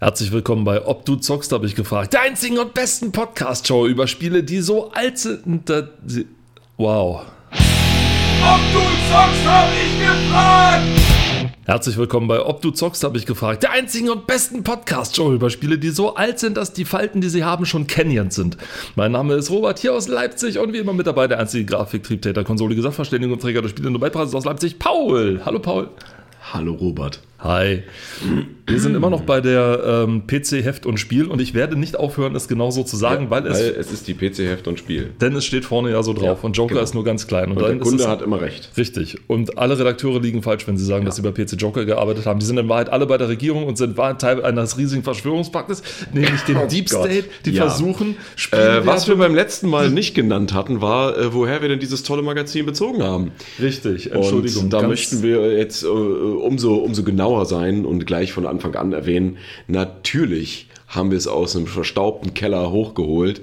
Herzlich willkommen bei Ob du zockst, habe ich gefragt. Der einzigen und besten Podcast-Show über Spiele, die so alt sind. Wow. Ob du zockst, habe ich gefragt! Herzlich willkommen bei Ob du zockst, habe ich gefragt. Der einzigen und besten Podcast-Show über Spiele, die so alt sind, dass die Falten, die sie haben, schon Canyons sind. Mein Name ist Robert, hier aus Leipzig und wie immer mit dabei der einzige Grafiktriebtäter, Konsolige, Sachverständiger und Träger der Spiele Nobelpreises aus Leipzig, Paul. Hallo Paul. Hallo Robert. Hi. Wir sind immer noch bei der PC Heft und Spiel und ich werde nicht aufhören, es genauso zu sagen, Ja, weil es ist die PC Heft und Spiel. Denn es steht vorne ja so drauf Ja, und Joker genau. ist nur ganz klein. Und dann der Kunde ist es hat immer recht. richtig. Und alle Redakteure liegen falsch, wenn sie sagen, dass sie bei PC Joker gearbeitet haben. Die sind in Wahrheit alle bei der Regierung und sind Teil eines riesigen Verschwörungspaktes, nämlich dem Oh Deep Gott. State, die Ja. versuchen, Was wir beim letzten Mal nicht genannt hatten, war, woher wir denn dieses tolle Magazin bezogen haben. Richtig, Entschuldigung. Und da ganz- möchten wir jetzt umso genauer sein und gleich von Anfang an erwähnen, natürlich haben wir es aus einem verstaubten Keller hochgeholt.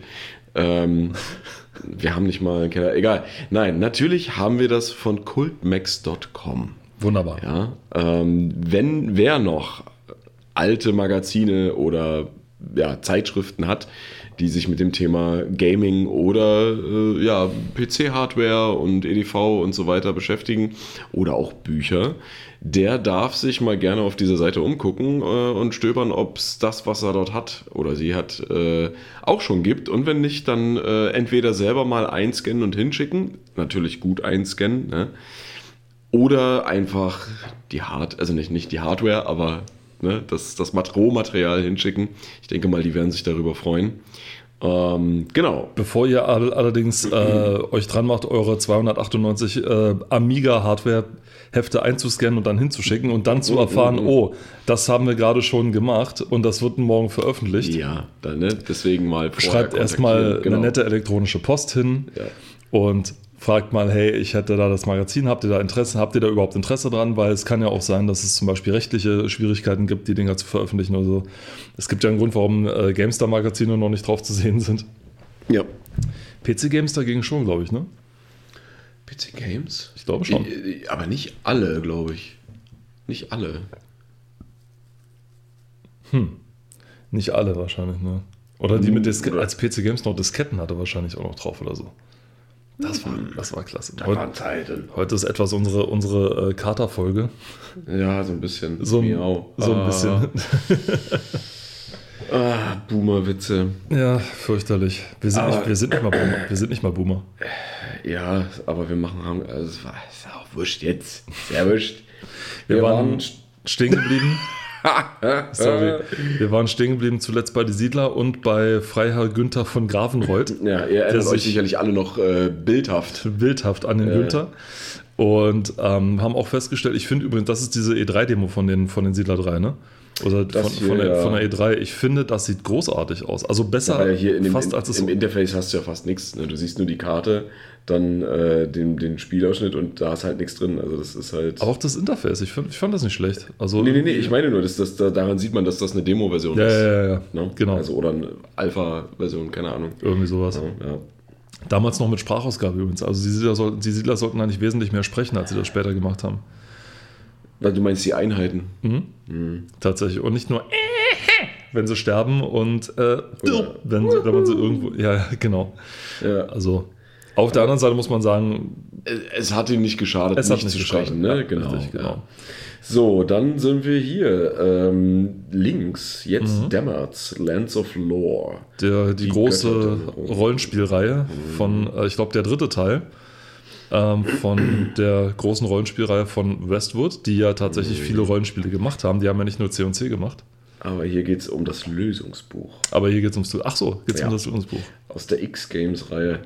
Wir haben nicht mal einen Keller, egal. Nein, natürlich haben wir das von cultmax.com. Wunderbar. Ja, wer noch alte Magazine oder Zeitschriften hat, die sich mit dem Thema Gaming oder PC-Hardware und EDV und so weiter beschäftigen oder auch Bücher, der darf sich mal gerne auf dieser Seite umgucken und stöbern, ob es das, was er dort hat oder sie hat, auch schon gibt. Und wenn nicht, dann entweder selber mal einscannen und hinschicken, natürlich gut einscannen, ne? Oder einfach nicht die Hardware, aber das Rohmaterial hinschicken. Ich denke mal, die werden sich darüber freuen. Genau. Bevor ihr allerdings euch dran macht, eure 298 Amiga-Hardware-Hefte einzuscannen und dann hinzuschicken und dann zu erfahren, oh, das haben wir gerade schon gemacht und das wird morgen veröffentlicht. Ja, dann, deswegen mal vorher Schreibt erstmal kontaktieren. eine nette elektronische Post hin und fragt mal, hey, ich hätte da das Magazin, habt ihr da überhaupt Interesse dran? Weil es kann ja auch sein, dass es zum Beispiel rechtliche Schwierigkeiten gibt, die Dinger zu veröffentlichen oder so. Es gibt ja einen Grund, warum GameStar-Magazine noch nicht drauf zu sehen sind. Ja. PC Games dagegen schon, glaube ich, ne? PC Games? Ich glaube schon. Aber nicht alle, glaube ich. Nicht alle. Nicht alle wahrscheinlich, ne? Oder die mit als PC Games noch Disketten hatte wahrscheinlich auch noch drauf oder so. Das war klasse. waren Zeiten. Heute ist etwas unsere Kater-Folge. Ja, so ein bisschen. So Miau. ein bisschen. Boomer-Witze. Ja, fürchterlich. Wir sind nicht mal Boomer. Wir sind nicht mal Boomer. Ja, aber ist auch wurscht jetzt. Sehr wurscht. Wir waren stehen geblieben. Sorry. Wir waren stehen geblieben zuletzt bei Die Siedler und bei Freiherr Günther von Grafenreuth. Ja, ihr erinnert euch sicherlich alle noch bildhaft An den Günther. Und haben auch festgestellt, ich finde übrigens, das ist diese E3-Demo von den Siedler 3, ne? Oder von der E3. Ich finde, das sieht großartig aus. Also besser ja, hier fast als es im Interface hast du ja fast nichts. Ne? Du siehst nur die Karte, dann den Spielausschnitt und da ist halt nichts drin. Also das ist halt. Aber auch das Interface, ich fand das nicht schlecht. Also, Nee, ich meine nur, daran sieht man, dass das eine Demo-Version ist. Ja. Ne? Genau. Also, oder eine Alpha-Version, keine Ahnung. Irgendwie sowas. Ja. Damals noch mit Sprachausgabe übrigens. Also die Siedler sollten eigentlich wesentlich mehr sprechen, als sie das später gemacht haben. Weil du meinst die Einheiten. Tatsächlich. Und nicht nur wenn sie sterben und wenn man sie irgendwo. Ja, genau. Ja. Also auf der anderen Seite muss man sagen, Es hat ihm nicht geschadet, nicht zu sprechen. Ne? Ja, Genau. richtig, genau. Ja. So, dann sind wir hier. Links, jetzt dämmert's. Lands of Lore. die große Götterdämmerung. Rollenspielreihe von, ich glaube, der dritte Teil von der großen Rollenspielreihe von Westwood, die ja tatsächlich viele Rollenspiele gemacht haben. Die haben ja nicht nur C&C gemacht. Aber hier geht es um das Lösungsbuch. Aber hier geht es um das Lösungsbuch. Aus der X-Games-Reihe.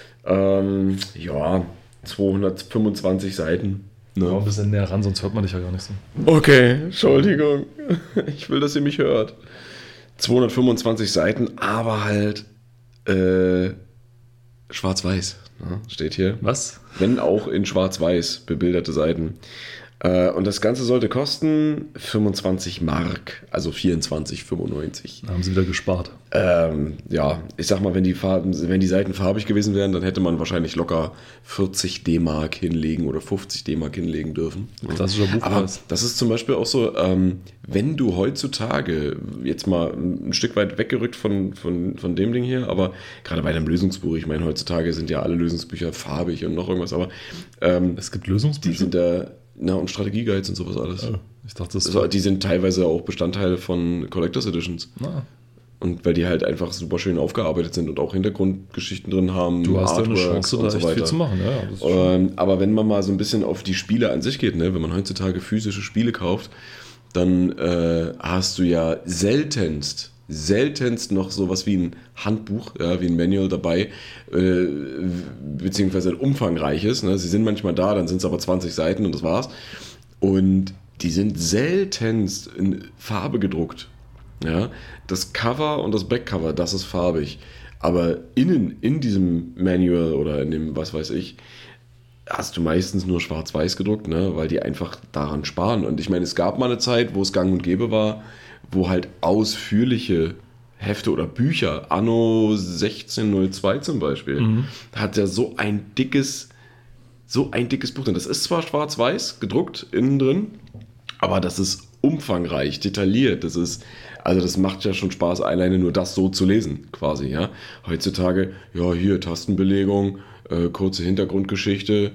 225 Seiten. Ne? Ein bisschen näher ran, sonst hört man dich ja gar nicht so. Okay, Entschuldigung. Ich will, dass ihr mich hört. 225 Seiten, aber halt schwarz-weiß. Ne? Steht hier. Was? Wenn auch in schwarz-weiß bebilderte Seiten. Und das Ganze sollte kosten 25 Mark, also 24,95. Da haben sie wieder gespart. Ja, ich sag mal, wenn die Seiten farbig gewesen wären, dann hätte man wahrscheinlich locker 40 D-Mark hinlegen oder 50 D-Mark hinlegen dürfen. Klassischer Buchpreis. Aber das ist zum Beispiel auch so, wenn du heutzutage, jetzt mal ein Stück weit weggerückt von dem Ding hier, aber gerade bei einem Lösungsbuch, ich meine, heutzutage sind ja alle Lösungsbücher farbig und noch irgendwas, aber Es gibt Lösungsbücher? die sind da, und Strategieguides und sowas alles. Oh, ich dachte, das Also, die sind teilweise auch Bestandteil von Collectors Editions. Und weil die halt einfach super schön aufgearbeitet sind und auch Hintergrundgeschichten drin haben. Du hast ja eine Artworks Chance, da und so echt viel weiter. zu machen. Ja, das ist schon. Aber wenn man mal so ein bisschen auf die Spiele an sich geht, ne, wenn man heutzutage physische Spiele kauft, dann hast du ja seltenst noch sowas wie ein Handbuch, ja, wie ein Manual dabei, beziehungsweise ein umfangreiches. Ne? Sie sind manchmal da, dann sind es aber 20 Seiten und das war's. Und die sind seltenst in Farbe gedruckt. Ja? Das Cover und das Backcover, das ist farbig. Aber innen, in diesem Manual oder in dem, was weiß ich, hast du meistens nur schwarz-weiß gedruckt, ne? Weil die einfach daran sparen. Und ich meine, es gab mal eine Zeit, wo es gang und gäbe war, wo halt ausführliche Hefte oder Bücher, Anno 1602 zum Beispiel, hat ja so ein dickes Buch drin. Das ist zwar schwarz-weiß gedruckt innen drin, aber das ist umfangreich, detailliert. Das macht ja schon Spaß, alleine nur das so zu lesen, quasi, ja. Heutzutage, ja, hier Tastenbelegung, kurze Hintergrundgeschichte,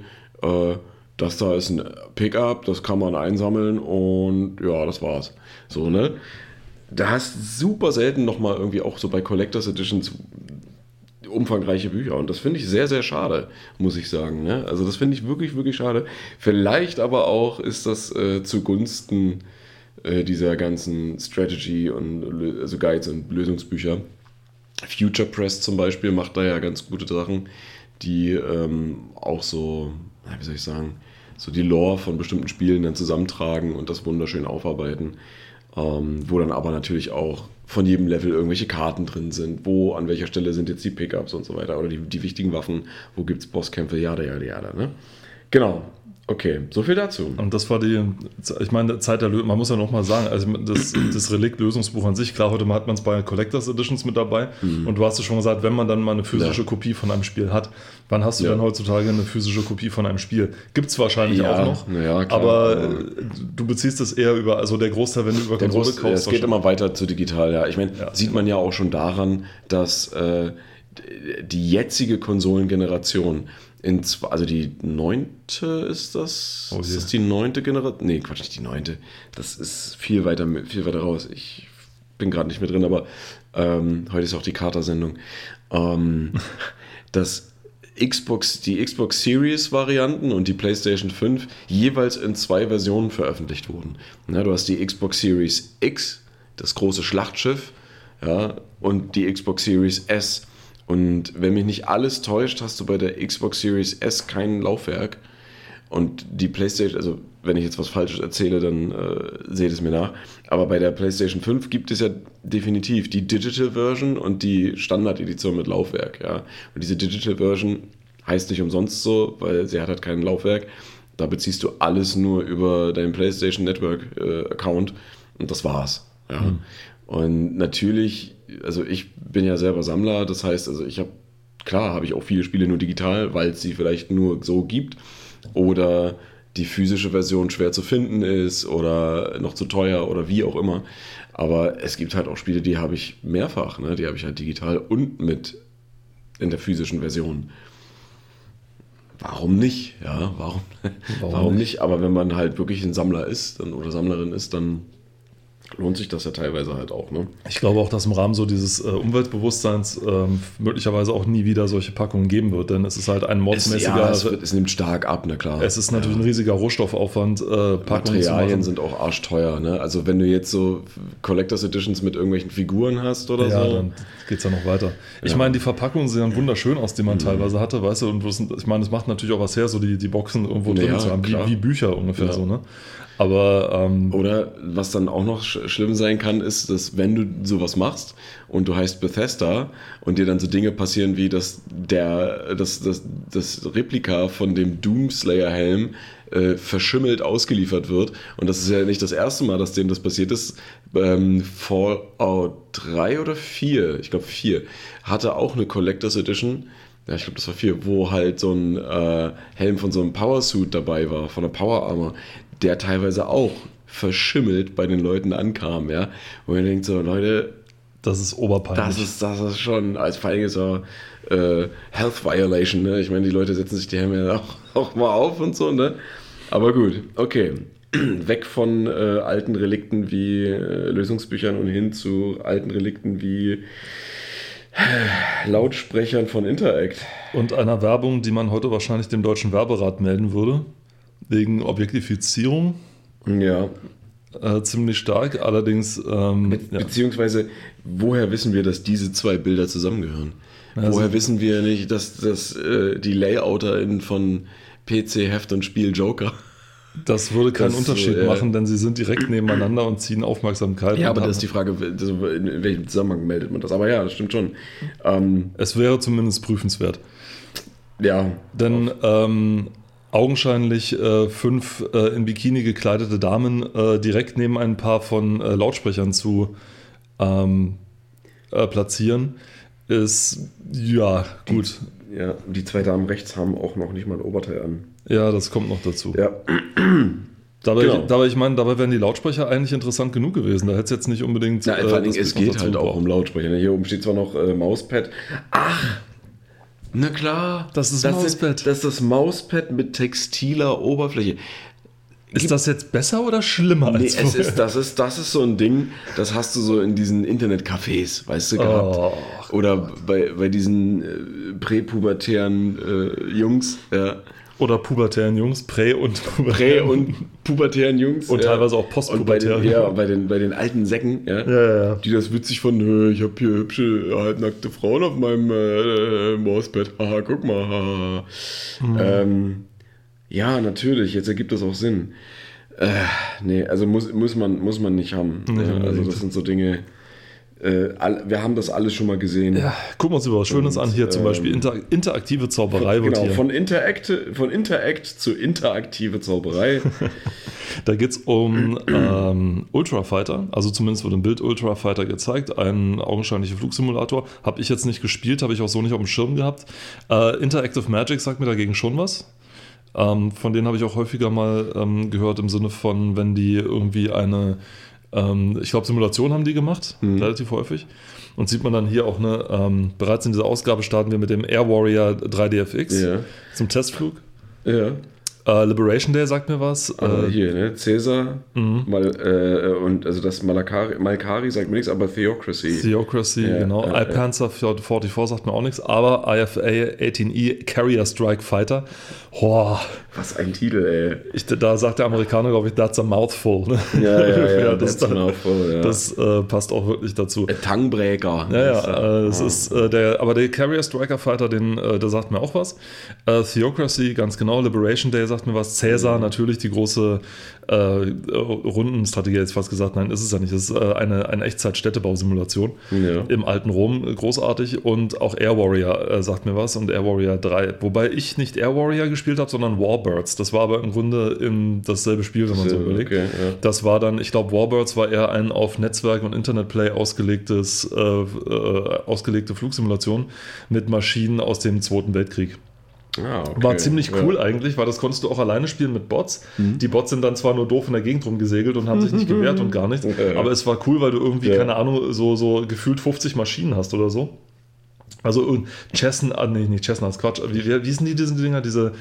das da ist ein Pickup, das kann man einsammeln und ja, das war's. So, ne? Da hast du super selten nochmal irgendwie auch so bei Collectors Editions umfangreiche Bücher und das finde ich sehr, sehr schade, muss ich sagen. Ne? Also das finde ich wirklich, wirklich schade. Vielleicht aber auch ist das zugunsten dieser ganzen Strategy und also Guides und Lösungsbücher. Future Press zum Beispiel macht da ja ganz gute Sachen, die auch so, wie soll ich sagen, so die Lore von bestimmten Spielen dann zusammentragen und das wunderschön aufarbeiten, wo dann aber natürlich auch von jedem Level irgendwelche Karten drin sind, wo, an welcher Stelle sind jetzt die Pickups und so weiter oder die wichtigen Waffen, wo gibt es Bosskämpfe, jada. Ne? Genau. Okay, so viel dazu. Und das war ich meine, Zeit der Lösung, man muss ja nochmal sagen, also das Relikt-Lösungsbuch an sich, klar, heute hat man es bei Collectors Editions mit dabei und du hast es schon gesagt, wenn man dann mal eine physische Kopie von einem Spiel hat, wann hast du dann heutzutage eine physische Kopie von einem Spiel? Gibt es wahrscheinlich auch noch, klar, aber du beziehst es eher über, also der Großteil, wenn du über Konsole kaufst. Es geht immer weiter zu digital, ja. Ich meine, sieht man ja auch schon daran, dass die jetzige Konsolengeneration also die 9. ist das? Oh, ist das die 9. Generation? Nee, Quatsch, nicht die 9. Das ist viel weiter raus. Ich bin gerade nicht mehr drin, aber heute ist auch die Kater-Sendung. Dass die Xbox Series Varianten und die PlayStation 5 jeweils in 2 Versionen veröffentlicht wurden. Ja, du hast die Xbox Series X, das große Schlachtschiff, ja, und die Xbox Series S. Und wenn mich nicht alles täuscht, hast du bei der Xbox Series S kein Laufwerk. Und die PlayStation, also wenn ich jetzt was Falsches erzähle, dann seht es mir nach. Aber bei der PlayStation 5 gibt es ja definitiv die Digital Version und die Standard-Edition mit Laufwerk. Ja. Und diese Digital Version heißt nicht umsonst so, weil sie hat halt kein Laufwerk. Da beziehst du alles nur über deinen PlayStation Network Account und das war's. Ja. Und natürlich, also ich bin ja selber Sammler, das heißt, also habe ich auch viele Spiele nur digital, weil es sie vielleicht nur so gibt oder die physische Version schwer zu finden ist oder noch zu teuer oder wie auch immer. Aber es gibt halt auch Spiele, die habe ich mehrfach, ne? Die habe ich halt digital und mit in der physischen Version. Warum nicht? Ja, warum nicht? Aber wenn man halt wirklich ein Sammler ist oder Sammlerin ist, dann lohnt sich das ja teilweise halt auch. Ne? Ich glaube auch, dass im Rahmen so dieses Umweltbewusstseins möglicherweise auch nie wieder solche Packungen geben wird, denn es ist halt ein mordsmäßiger... Es nimmt stark ab, na klar. Es ist natürlich ein riesiger Rohstoffaufwand, Packungen Materialien sind auch arschteuer. Ne? Also wenn du jetzt so Collectors Editions mit irgendwelchen Figuren hast oder so... Ja, dann geht es ja noch weiter. Ich meine, die Verpackungen sehen wunderschön aus, die man teilweise hatte, weißt du, und ich meine, es macht natürlich auch was her, so die Boxen irgendwo drin zu haben, wie Bücher ungefähr so, ne? Aber, oder was dann auch noch schlimm sein kann, ist, dass wenn du sowas machst und du heißt Bethesda und dir dann so Dinge passieren wie, dass das Replika von dem Doomslayer-Helm verschimmelt ausgeliefert wird. Und das ist ja nicht das erste Mal, dass dem das passiert ist. Fallout 3 oder 4, ich glaube 4, hatte auch eine Collectors Edition. Ja, ich glaube, das war 4, wo halt so ein Helm von so einem Powersuit dabei war, von der Power Armor, der teilweise auch verschimmelt bei den Leuten ankam, ja. Wo man denkt so, Leute, das ist oberpeinlich. Das ist schon, als vor allem so Health Violation, ne? Ich meine, die Leute setzen sich die Helme auch mal auf und so, ne? Aber gut, okay. Weg von alten Relikten wie Lösungsbüchern und hin zu alten Relikten wie Lautsprechern von Interact. Und einer Werbung, die man heute wahrscheinlich dem Deutschen Werberat melden würde, wegen Objektifizierung. Ja. Ziemlich stark, allerdings... Beziehungsweise, woher wissen wir, dass diese zwei Bilder zusammengehören? Woher wissen wir nicht, dass die LayouterInnen von PC, Heft und Spiel Joker... Das würde keinen Unterschied machen, denn sie sind direkt nebeneinander und ziehen Aufmerksamkeit. Ja, aber das ist die Frage, in welchem Zusammenhang meldet man das? Aber ja, das stimmt schon. Es wäre zumindest prüfenswert. Ja. Denn augenscheinlich 5 in Bikini gekleidete Damen direkt neben ein paar von Lautsprechern zu platzieren, ist, ja, gut. Die zwei Damen rechts haben auch noch nicht mal ein Oberteil an. Ja, das kommt noch dazu. Ja. Dabei wären die Lautsprecher eigentlich interessant genug gewesen. Da hätte es jetzt nicht unbedingt... Ja, vor allem, es geht halt auch um Lautsprecher. Hier oben steht zwar noch Mauspad. Ach, na klar. Das ist Mauspad. Das ist das Mauspad mit textiler Oberfläche. Ist das jetzt besser oder schlimmer als vorher? Das ist so ein Ding, das hast du so in diesen Internetcafés, weißt du, gehabt. Oder bei diesen präpubertären Jungs, ja. Oder pubertären Jungs, Prä- und pubertären Jungs. Und teilweise auch postpubertären. Und bei den alten Säcken, ja. Die das witzig fanden, ich habe hier hübsche, halbnackte Frauen auf meinem Mauspad. Haha, guck mal. Haha. Ja, natürlich, jetzt ergibt das auch Sinn. Nee, also muss man nicht haben. Also das sind so Dinge... wir haben das alles schon mal gesehen. Ja, gucken wir uns über was Schönes an. Hier zum Beispiel interaktive Zauberei wird hier. Von Interact zu interaktive Zauberei. Da geht es um Ultra Fighter. Also zumindest wird im Bild Ultra Fighter gezeigt. Ein augenscheinlicher Flugsimulator. Habe ich jetzt nicht gespielt, habe ich auch so nicht auf dem Schirm gehabt. Interactive Magic sagt mir dagegen schon was. Von denen habe ich auch häufiger mal gehört im Sinne von, wenn die irgendwie eine... ich glaube, Simulation haben die gemacht, relativ häufig. Und sieht man dann hier auch bereits in dieser Ausgabe starten wir mit dem Air Warrior 3DFX zum Testflug. Ja. Liberation Day sagt mir was. Hier, ne? Cäsar, und also das Malkari sagt mir nichts, aber Theocracy, genau. iPanzer 44 sagt mir auch nichts, aber IFA 18E Carrier Strike Fighter. Was ein Titel, ey. Da sagt der Amerikaner, glaube ich, that's a mouthful. Ne? Ja, that's a mouthful, ja. Das passt auch wirklich dazu. Tangbreaker. Ist aber der Carrier Striker Fighter, der sagt mir auch was. Theocracy, ganz genau. Liberation Day sagt mir was. Cäsar, natürlich die große Rundenstrategie, jetzt fast gesagt, nein, ist es ja nicht. Es ist eine Echtzeit-Städtebausimulation im alten Rom, großartig. Und auch Air Warrior sagt mir was und Air Warrior 3. Wobei ich nicht Air Warrior gespielt habe, sondern Warbirds. Das war aber im Grunde dasselbe Spiel, wenn man so überlegt. Okay, Das war dann, ich glaube, Warbirds war eher ein auf Netzwerk und Internetplay ausgelegte Flugsimulation mit Maschinen aus dem Zweiten Weltkrieg. Okay. War ziemlich cool eigentlich, weil das konntest du auch alleine spielen mit Bots. Die Bots sind dann zwar nur doof in der Gegend rumgesegelt und haben sich nicht gewehrt und gar nichts, aber es war cool, weil du irgendwie, keine Ahnung, so gefühlt 50 Maschinen hast oder so. Also nicht Cessna, ist Quatsch. Wie sind diese Dinger, diese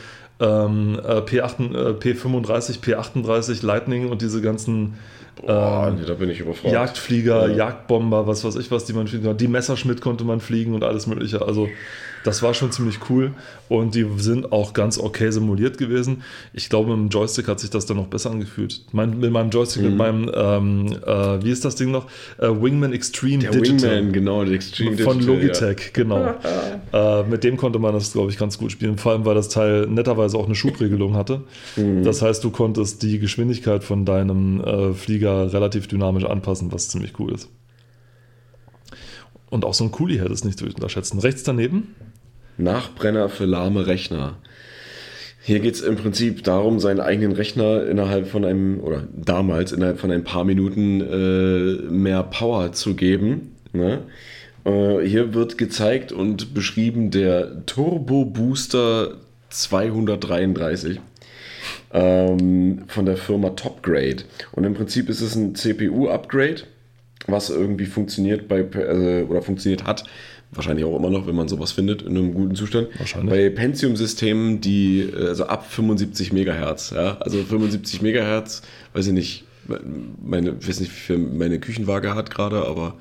P35, P38 Lightning und diese ganzen da bin ich überfragt. Jagdflieger, Jagdbomber, was weiß ich was, die man fliegen konnte. Die Messerschmitt konnte man fliegen und alles mögliche. Also das war schon ziemlich cool und die sind auch ganz okay simuliert gewesen. Ich glaube, mit dem Joystick hat sich das dann noch besser angefühit. Mit meinem Joystick, mit meinem, wie ist das Ding noch? Wingman Extreme Digital. Wingman, genau, der Extreme von Digital. Von Logitech, genau. Mit dem konnte man das, glaube ich, ganz gut spielen. Vor allem, weil das Teil netterweise auch eine Schubregelung hatte. Das heißt, du konntest die Geschwindigkeit von deinem Flieger relativ dynamisch anpassen, was ziemlich cool ist. Und auch so ein Coolie-Head ist nicht zu unterschätzen. Rechts daneben? Nachbrenner für lahme Rechner. Hier geht es im Prinzip darum, seinen eigenen Rechner innerhalb von ein paar Minuten mehr Power zu geben. Ne? Hier wird gezeigt und beschrieben der Turbo Booster 233 von der Firma Topgrade. Und im Prinzip ist es ein CPU-Upgrade, was irgendwie funktioniert funktioniert hat. Wahrscheinlich auch immer noch, wenn man sowas findet, in einem guten Zustand. Wahrscheinlich. Bei Pentium-Systemen, die ab 75 Megahertz. Ja? Also 75 Megahertz, weiß ich nicht, weiß nicht, wie viel meine Küchenwaage hat gerade, aber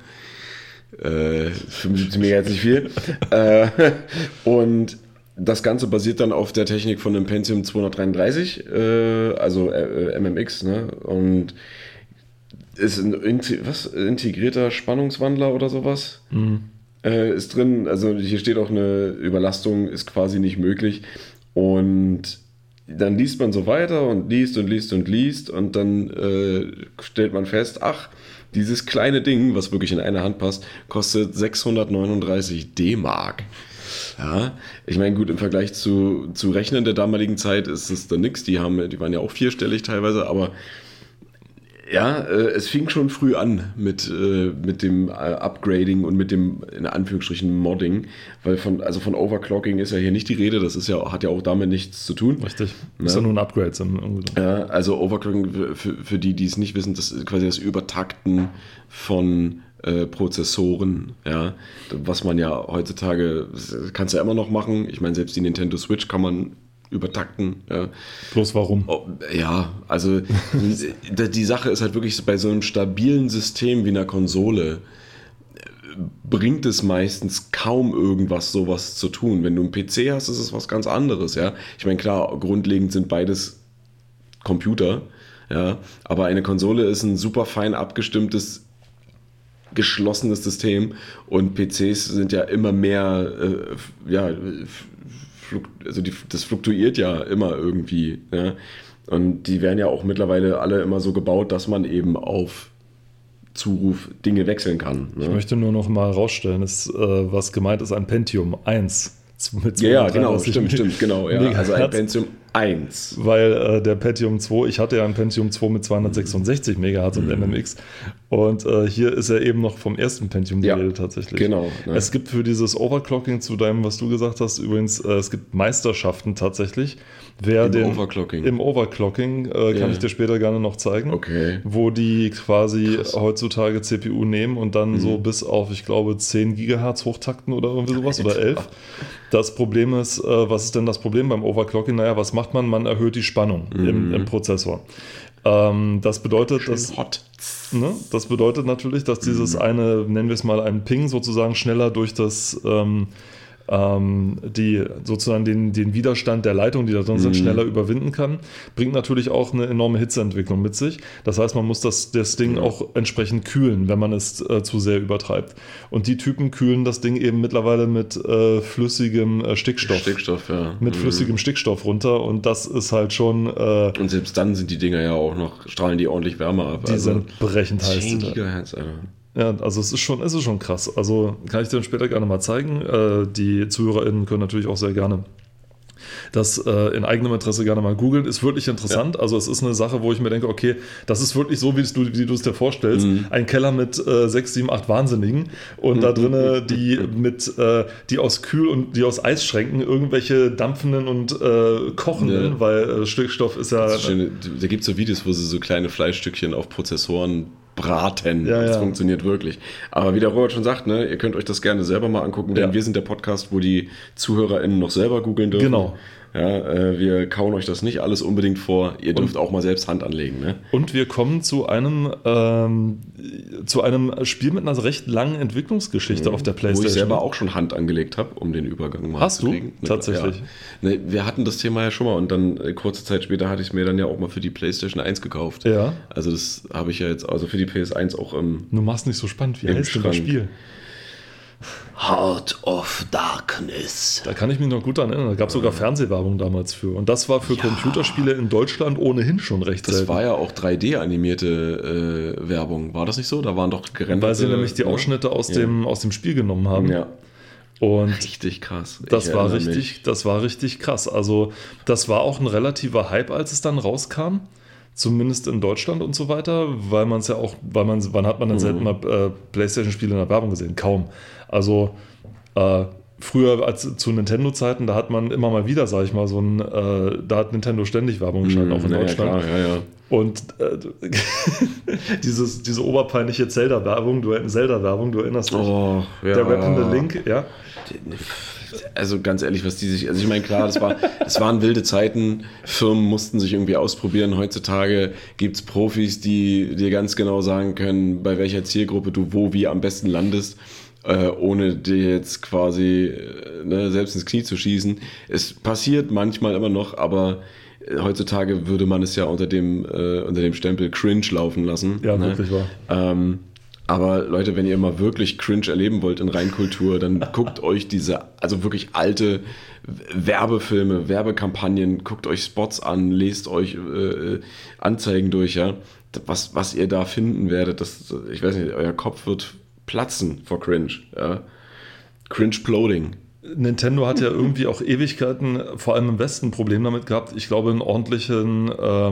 75 Megahertz nicht viel. Und das Ganze basiert dann auf der Technik von einem Pentium 233, also MMX, ne? Und ist ein integrierter Spannungswandler oder sowas. Ist drin, also hier steht auch eine Überlastung, ist quasi nicht möglich. Und dann liest man so weiter und liest und dann stellt man fest, ach, dieses kleine Ding, was wirklich in eine Hand passt, kostet 639 D-Mark. Ja, ich meine, gut, im Vergleich zu Rechnern der damaligen Zeit ist es dann nichts, die waren ja auch vierstellig teilweise, aber ja, es fing schon früh an mit dem Upgrading und mit dem, in Anführungsstrichen, Modding, weil von Overclocking ist ja hier nicht die Rede, hat ja auch damit nichts zu tun. Richtig, ist ja nur ein Upgrade. Ja, also Overclocking, für die es nicht wissen, das ist quasi das Übertakten von Prozessoren, ja, was man ja heutzutage, kannst du ja immer noch machen, ich meine, selbst die Nintendo Switch kann man übertakten. Ja. Bloß warum? Ja, also die Sache ist halt wirklich, bei so einem stabilen System wie einer Konsole bringt es meistens kaum irgendwas, sowas zu tun. Wenn du einen PC hast, ist es was ganz anderes. Ja? Ich meine, klar, grundlegend sind beides Computer, ja, aber eine Konsole ist ein super fein abgestimmtes, geschlossenes System und PCs sind ja immer mehr, das fluktuiert ja immer irgendwie. Ja? Und die werden ja auch mittlerweile alle immer so gebaut, dass man eben auf Zuruf Dinge wechseln kann. Ne? Ich möchte nur noch mal rausstellen, was gemeint ist, ein Pentium 1. Ja, genau, stimmt, genau. Ja. Also ein Pentium 1. Weil der Pentium 2, ich hatte ja ein Pentium 2 mit 266 MHz und MMX und hier ist er eben noch vom ersten Pentium die Rede tatsächlich. Genau. Ne? Es gibt für dieses Overclocking, zu deinem, was du gesagt hast, übrigens, es gibt Meisterschaften tatsächlich. Im Overclocking kann ich dir später gerne noch zeigen, wo die quasi heutzutage CPU nehmen und dann so bis auf, ich glaube, 10 GHz hochtakten oder irgendwie sowas oder 11. Das Problem ist, was ist denn das Problem beim Overclocking? Naja, was macht man? Man erhöht die Spannung im Prozessor. Das bedeutet, das bedeutet natürlich, dass dieses eine, nennen wir es mal einen Ping, sozusagen schneller durch das sozusagen den Widerstand der Leitung, die da drin sind, schneller überwinden kann, bringt natürlich auch eine enorme Hitzeentwicklung mit sich. Das heißt, man muss das Ding auch entsprechend kühlen, wenn man es zu sehr übertreibt. Und die Typen kühlen das Ding eben mittlerweile mit flüssigem Stickstoff. Mit flüssigem Stickstoff runter und das ist halt schon... und selbst dann sind die Dinger ja auch noch, strahlen die ordentlich Wärme ab. Die sind brechend heiß. 10 GHz, Alter. Ja, also es ist schon krass. Also kann ich dir dann später gerne mal zeigen. Die ZuhörerInnen können natürlich auch sehr gerne das in eigenem Interesse gerne mal googeln. Ist wirklich interessant. Ja. Also es ist eine Sache, wo ich mir denke, okay, das ist wirklich so, wie du es dir vorstellst. Ein Keller mit 6, 7, 8 Wahnsinnigen und da drinnen die aus Eisschränken irgendwelche dampfenden und kochenden, weil Stickstoff ist ja... Da gibt es so Videos, wo sie so kleine Fleischstückchen auf Prozessoren braten. Das funktioniert wirklich. Aber wie der Robert schon sagt, ne, ihr könnt euch das gerne selber mal angucken, denn wir sind der Podcast, wo die ZuhörerInnen noch selber googeln dürfen. Genau. Ja, wir kauen euch das nicht alles unbedingt vor. Ihr dürft auch mal selbst Hand anlegen. Ne? Und wir kommen zu einem Spiel mit einer recht langen Entwicklungsgeschichte auf der PlayStation. Wo ich selber auch schon Hand angelegt habe, um den Übergang mal zu kriegen. Hast du? Tatsächlich? Ja. Ne, wir hatten das Thema ja schon mal und dann kurze Zeit später hatte ich es mir dann ja auch mal für die PlayStation 1 gekauft. Ja. Also das habe ich ja jetzt also für die PS1 auch im Du machst nicht so spannend. Wie heißt denn das Spiel? Heart of Darkness. Da kann ich mich noch gut daran erinnern. Da gab es sogar Fernsehwerbung damals für. Und das war für Computerspiele in Deutschland ohnehin schon recht selten. Das war ja auch 3D-animierte Werbung. War das nicht so? Da waren doch gerenderte... Weil sie nämlich die Ausschnitte aus dem Spiel genommen haben. Ja. Und Richtig krass. das war richtig krass. Also das war auch ein relativer Hype, als es dann rauskam. Zumindest in Deutschland und so weiter, weil man es ja auch, wann hat man dann selten mal PlayStation-Spiele in der Werbung gesehen? Kaum. Also früher als zu Nintendo-Zeiten, da hat man immer mal wieder, sag ich mal, da hat Nintendo ständig Werbung geschaltet, auch in Deutschland. Ja. Und diese oberpeinliche Zelda-Werbung, du erinnerst dich? Oh, ja. Der rappende Link, ja. Also ganz ehrlich, ich meine, klar, das waren wilde Zeiten, Firmen mussten sich irgendwie ausprobieren. Heutzutage gibt es Profis, die dir ganz genau sagen können, bei welcher Zielgruppe du wie am besten landest, ohne dir jetzt quasi selbst ins Knie zu schießen. Es passiert manchmal immer noch, aber heutzutage würde man es ja unter dem Stempel Cringe laufen lassen. Ja, wirklich wahr. Aber Leute, wenn ihr mal wirklich Cringe erleben wollt in Reinkultur, dann guckt euch diese, also wirklich alte Werbefilme, Werbekampagnen, guckt euch Spots an, lest euch Anzeigen durch, ja. Was ihr da finden werdet, ich weiß nicht, euer Kopf wird platzen vor Cringe, ja. Cringe-Ploding. Nintendo hat ja irgendwie auch Ewigkeiten, vor allem im Westen, ein Problem damit gehabt, ich glaube, einen ordentlichen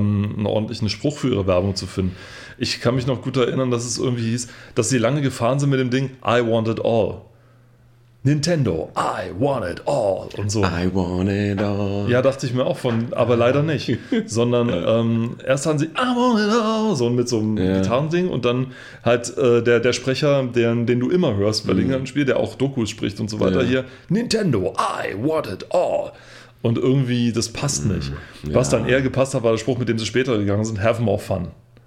Spruch für ihre Werbung zu finden. Ich kann mich noch gut erinnern, dass es irgendwie hieß, dass sie lange gefahren sind mit dem Ding I want it all. Nintendo, I want it all und so. I want it all. Ja, dachte ich mir auch aber leider nicht. Sondern erst haben sie I want it all, so mit so einem Gitarrending und dann halt der Sprecher, den du immer hörst bei irgendeinem Spiel, der auch Dokus spricht und so weiter, hier Nintendo, I want it all. Und irgendwie, das passt nicht. Was dann eher gepasst hat, war der Spruch, mit dem sie später gegangen sind, have more fun.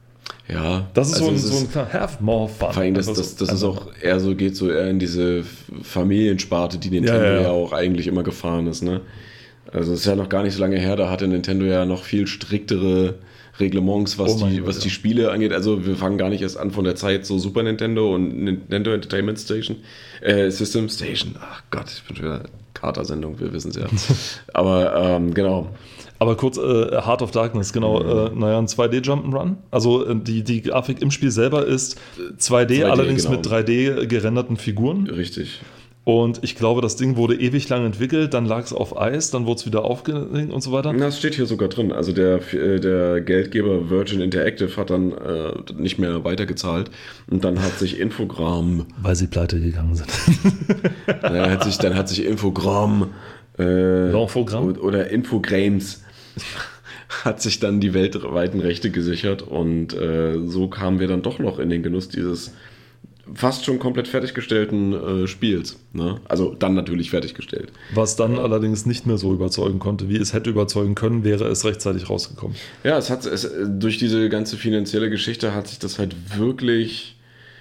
Ja, das ist so ein have more fun. Vor allem, das ist auch eher so, geht so eher in diese Familiensparte, die Nintendo ja auch eigentlich immer gefahren ist, ne? Also es ist ja noch gar nicht so lange her, da hatte Nintendo ja noch viel striktere Reglements, was die Spiele angeht. Also wir fangen gar nicht erst an von der Zeit so Super Nintendo und Nintendo Entertainment System Station. Ach Gott, ich bin schon wieder Kater-Sendung, wir wissen es ja. Aber genau. Aber kurz, Heart of Darkness, genau, ein 2D-Jump'n'Run. Also die Grafik im Spiel selber ist 2D allerdings genau. Mit 3D gerenderten Figuren. Richtig. Und ich glaube, das Ding wurde ewig lang entwickelt, dann lag es auf Eis, dann wurde es wieder aufgelegt und so weiter. Das steht hier sogar drin. Also der Geldgeber Virgin Interactive hat dann nicht mehr weitergezahlt und dann hat sich Infogramm... Weil sie pleite gegangen sind. Dann hat sich Infogramm oder Infogrames hat sich dann die weltweiten Rechte gesichert und so kamen wir dann doch noch in den Genuss dieses fast schon komplett fertiggestellten Spiels. Ne? Also dann natürlich fertiggestellt. Was dann allerdings nicht mehr so überzeugen konnte, wie es hätte überzeugen können, wäre es rechtzeitig rausgekommen. Ja, durch diese ganze finanzielle Geschichte hat sich das halt wirklich...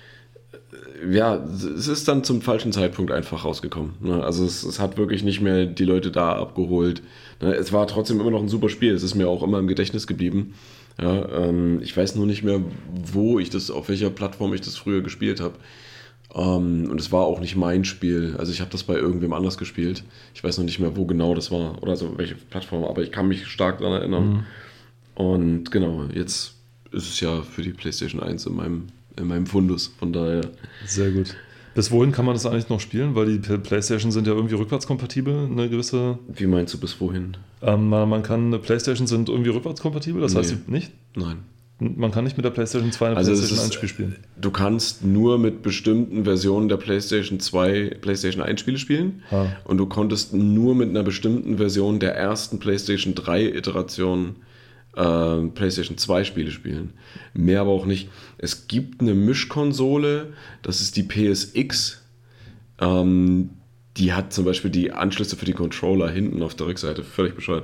Ja, es ist dann zum falschen Zeitpunkt einfach rausgekommen. Ne? Also es hat wirklich nicht mehr die Leute da abgeholt. Ne? Es war trotzdem immer noch ein super Spiel. Es ist mir auch immer im Gedächtnis geblieben. Ja, ich weiß nur nicht mehr, auf welcher Plattform ich das früher gespielt habe. Und es war auch nicht mein Spiel. Also ich habe das bei irgendwem anders gespielt. Ich weiß noch nicht mehr, wo genau das war oder so welche Plattform. Aber ich kann mich stark daran erinnern. Und genau, jetzt ist es ja für die PlayStation 1 in meinem Fundus, von daher. Sehr gut. Bis wohin kann man das eigentlich noch spielen? Weil die PlayStation sind ja irgendwie rückwärtskompatibel, eine gewisse... Wie meinst du bis wohin? PlayStation sind irgendwie rückwärtskompatibel, das heißt nicht? Nein. Man kann nicht mit der PlayStation 2 eine PlayStation 1 Spiel spielen? Du kannst nur mit bestimmten Versionen der PlayStation 2 PlayStation 1 Spiele spielen und du konntest nur mit einer bestimmten Version der ersten PlayStation 3 Iteration PlayStation 2 Spiele spielen. Mehr aber auch nicht. Es gibt eine Mischkonsole, das ist die PSX. Die hat zum Beispiel die Anschlüsse für die Controller hinten auf der Rückseite. Völlig bescheuert.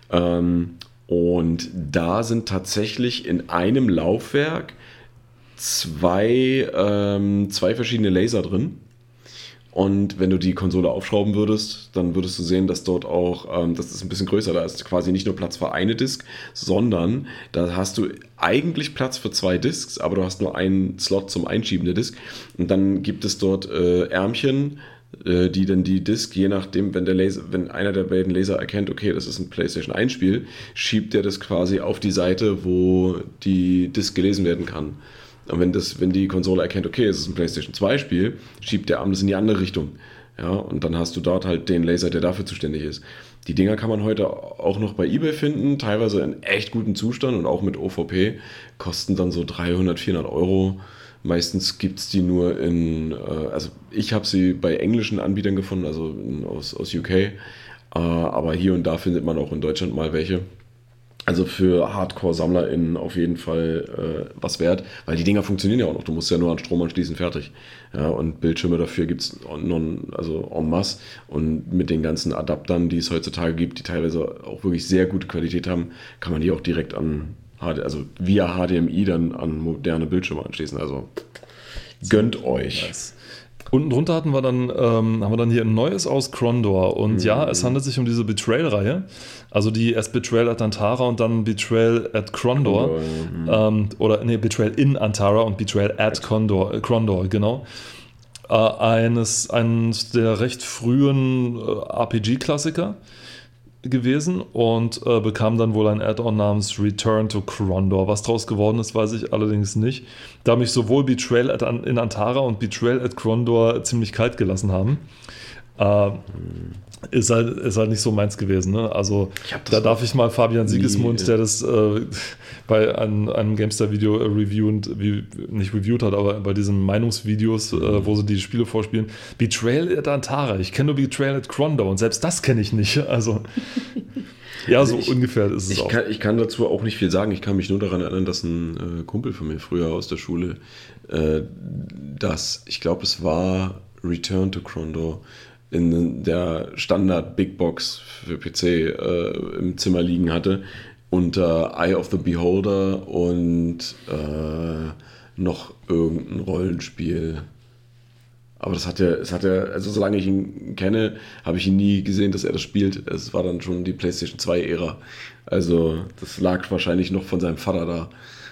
Und da sind tatsächlich in einem Laufwerk zwei verschiedene Laser drin. Und wenn du die Konsole aufschrauben würdest, dann würdest du sehen, dass dort auch, das ist ein bisschen größer, da ist quasi nicht nur Platz für eine Disk, sondern da hast du eigentlich Platz für 2 Disks, aber du hast nur einen Slot zum Einschieben der Disk. Und dann gibt es dort Ärmchen, die dann die Disk, je nachdem, wenn einer der beiden Laser erkennt, okay, das ist ein PlayStation 1 Spiel, schiebt der das quasi auf die Seite, wo die Disk gelesen werden kann. Und wenn die Konsole erkennt, okay, es ist ein PlayStation 2 Spiel, schiebt der Arm das in die andere Richtung. Ja, und dann hast du dort halt den Laser, der dafür zuständig ist. Die Dinger kann man heute auch noch bei eBay finden, teilweise in echt gutem Zustand und auch mit OVP, kosten dann so 300, 400 Euro. Meistens gibt es die nur also ich habe sie bei englischen Anbietern gefunden, also aus UK, aber hier und da findet man auch in Deutschland mal welche. Also für Hardcore-SammlerInnen auf jeden Fall was wert, weil die Dinger funktionieren ja auch noch. Du musst ja nur an Strom anschließen, fertig. Ja, und Bildschirme dafür gibt es en masse. Und mit den ganzen Adaptern, die es heutzutage gibt, die teilweise auch wirklich sehr gute Qualität haben, kann man die auch direkt via HDMI dann an moderne Bildschirme anschließen. Also gönnt euch. Nice. Unten drunter haben wir dann hier ein neues aus Crondor. Und ja, es handelt sich um diese Betrayal-Reihe. Also die erst Betrayal at Antara und dann Betrayal at Crondor. Betrayal in Antara und Betrayal at Crondor, genau. Eines der recht frühen RPG-Klassiker gewesen und bekam dann wohl ein Add-on namens Return to Crondor. Was draus geworden ist, weiß ich allerdings nicht. Da mich sowohl Betrayal in Antara und Betrayal at Crondor ziemlich kalt gelassen haben, ist halt nicht so meins gewesen. Ne? Also da darf ich mal Fabian Siegesmund, der das bei einem GameStar-Video nicht reviewed hat, aber bei diesen Meinungsvideos, wo sie die Spiele vorspielen, Betrayal at Antara, ich kenne nur Betrayal at Crondor und selbst das kenne ich nicht. Also ja, so ungefähr ist es auch. Ich kann dazu auch nicht viel sagen. Ich kann mich nur daran erinnern, dass ein Kumpel von mir früher aus der Schule, ich glaube, es war Return to Crondor, in der Standard Big Box für PC im Zimmer liegen hatte, unter Eye of the Beholder und noch irgendein Rollenspiel. Aber also solange ich ihn kenne, habe ich ihn nie gesehen, dass er das spielt. Es war dann schon die PlayStation 2-Ära. Also das lag wahrscheinlich noch von seinem Vater da.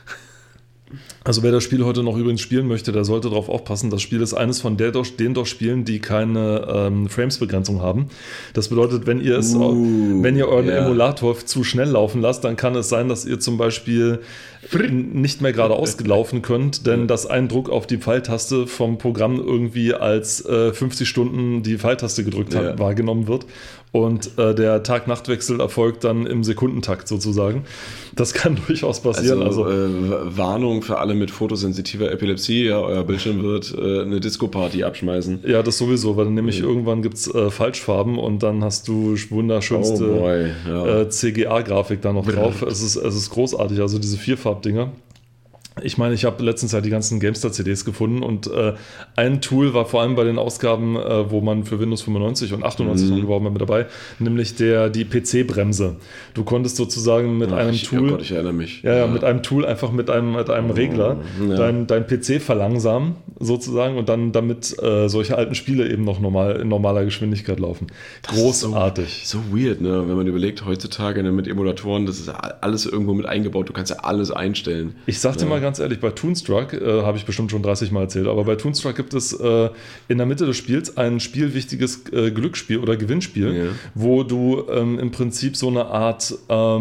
Also wer das Spiel heute noch übrigens spielen möchte, der sollte darauf aufpassen. Das Spiel ist eines von den Spielen, die keine Frames-Begrenzung haben. Das bedeutet, wenn ihr euren Emulator zu schnell laufen lasst, dann kann es sein, dass ihr zum Beispiel nicht mehr geradeaus laufen könnt, denn dass ein Druck auf die Pfeiltaste vom Programm irgendwie als 50 Stunden die Pfeiltaste gedrückt hat, wahrgenommen wird. Und der Tag-Nacht-Wechsel erfolgt dann im Sekundentakt sozusagen. Das kann durchaus passieren. Also Warnung für alle mit photosensitiver Epilepsie, ja, euer Bildschirm wird eine Disco-Party abschmeißen. Ja, das sowieso, weil nämlich irgendwann gibt es Falschfarben und dann hast du wunderschönste CGA-Grafik da noch drauf. Es ist großartig, also diese Vierfarbdinger. Ich meine, ich habe letztens ja die ganzen GameStar-CDs gefunden und ein Tool war vor allem bei den Ausgaben, wo man für Windows 95 und 98 noch geworben hat mit dabei, nämlich die PC-Bremse. Du konntest sozusagen mit einem Tool, ich erinnere mich. Mit einem Tool einfach mit einem Regler dein PC verlangsamen sozusagen und dann damit solche alten Spiele eben noch in normaler Geschwindigkeit laufen. Das großartig. So weird, ne? Wenn man überlegt, heutzutage mit Emulatoren, das ist alles irgendwo mit eingebaut, du kannst ja alles einstellen. Ich sagte mal ganz ehrlich, bei Toonstruck, habe ich bestimmt schon 30 Mal erzählt, aber bei Toonstruck gibt es in der Mitte des Spiels ein spielwichtiges Glücksspiel oder Gewinnspiel, wo du im Prinzip so eine Art,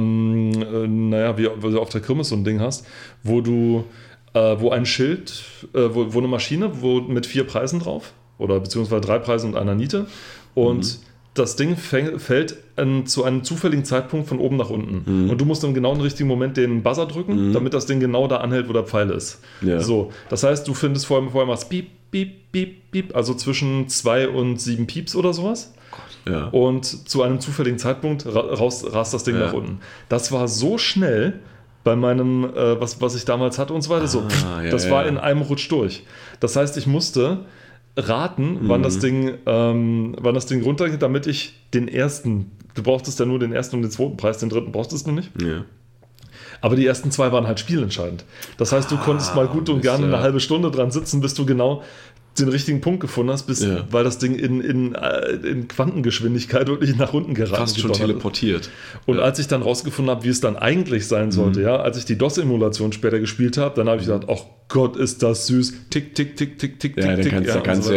wie du auf der Kirmes so ein Ding hast, wo ein Schild, wo eine Maschine, mit 4 Preisen drauf, oder beziehungsweise 3 Preisen und einer Niete und das Ding fällt zu einem zufälligen Zeitpunkt von oben nach unten. Und du musst im genau im richtigen Moment den Buzzer drücken, damit das Ding genau da anhält, wo der Pfeil ist. Ja. So, das heißt, du findest vorher machst Piep, Piep, Piep, Piep, also zwischen 2 und 7 Pieps oder sowas. Ja. Und zu einem zufälligen Zeitpunkt rast das Ding nach unten. Das war so schnell bei meinem, was ich damals hatte und so weiter. Das war in einem Rutsch durch. Das heißt, ich musste raten, wann das Ding runtergeht, damit ich den ersten, du brauchtest ja nur den ersten und den zweiten Preis, den dritten brauchtest du nicht. Ja. Aber die ersten 2 waren halt spielentscheidend. Das heißt, du konntest mal gut und gerne eine halbe Stunde dran sitzen, bis du genau den richtigen Punkt gefunden hast, weil das Ding in Quantengeschwindigkeit wirklich nach unten geraten ist. Fast schon teleportiert. Und als ich dann rausgefunden habe, wie es dann eigentlich sein sollte, als ich die DOS-Emulation später gespielt habe, dann habe ich gedacht, ach Gott, ist das süß. Tick, tick, tick, tick, tick, tick, tick. Da kannst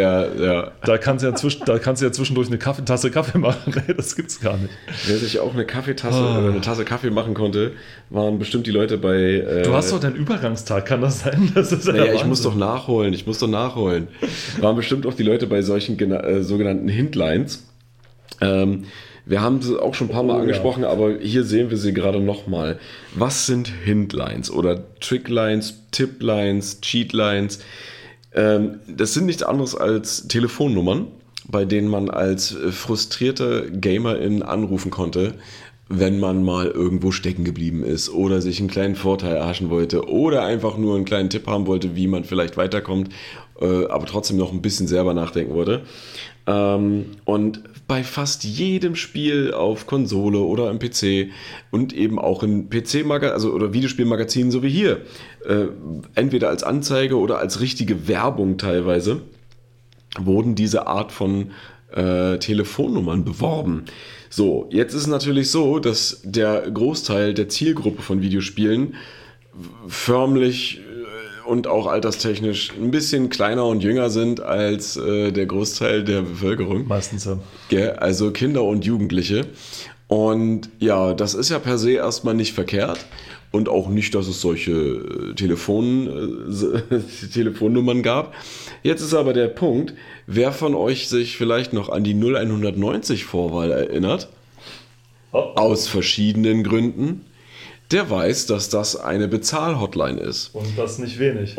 du ja zwischendurch eine Tasse Kaffee machen. Nee, das gibt's gar nicht. Wer sich auch eine Kaffeetasse oder eine Tasse Kaffee machen konnte, waren bestimmt die Leute bei... du hast doch deinen Übergangstag, kann das sein? Ich muss doch nachholen. waren bestimmt auch die Leute bei solchen sogenannten Hintlines. Wir haben sie auch schon ein paar Mal angesprochen, aber hier sehen wir sie gerade nochmal. Was sind Hintlines oder Tricklines, Tiplines, Cheatlines? Das sind nichts anderes als Telefonnummern, bei denen man als frustrierter Gamerin anrufen konnte, wenn man mal irgendwo stecken geblieben ist oder sich einen kleinen Vorteil erhaschen wollte oder einfach nur einen kleinen Tipp haben wollte, wie man vielleicht weiterkommt, aber trotzdem noch ein bisschen selber nachdenken wollte. Und bei fast jedem Spiel auf Konsole oder im PC und eben auch in PC-Magazinen oder Videospielmagazinen, so wie hier, entweder als Anzeige oder als richtige Werbung teilweise, wurden diese Art von Telefonnummern beworben. So, jetzt ist es natürlich so, dass der Großteil der Zielgruppe von Videospielen förmlich und auch alterstechnisch ein bisschen kleiner und jünger sind als der Großteil der Bevölkerung. Meistens ja. Ja, also Kinder und Jugendliche. Und ja, das ist ja per se erstmal nicht verkehrt. Und auch nicht, dass es solche Telefonnummern gab. Jetzt ist aber der Punkt, wer von euch sich vielleicht noch an die 0190 Vorwahl erinnert, aus verschiedenen Gründen, der weiß, dass das eine Bezahl-Hotline ist. Und das nicht wenig.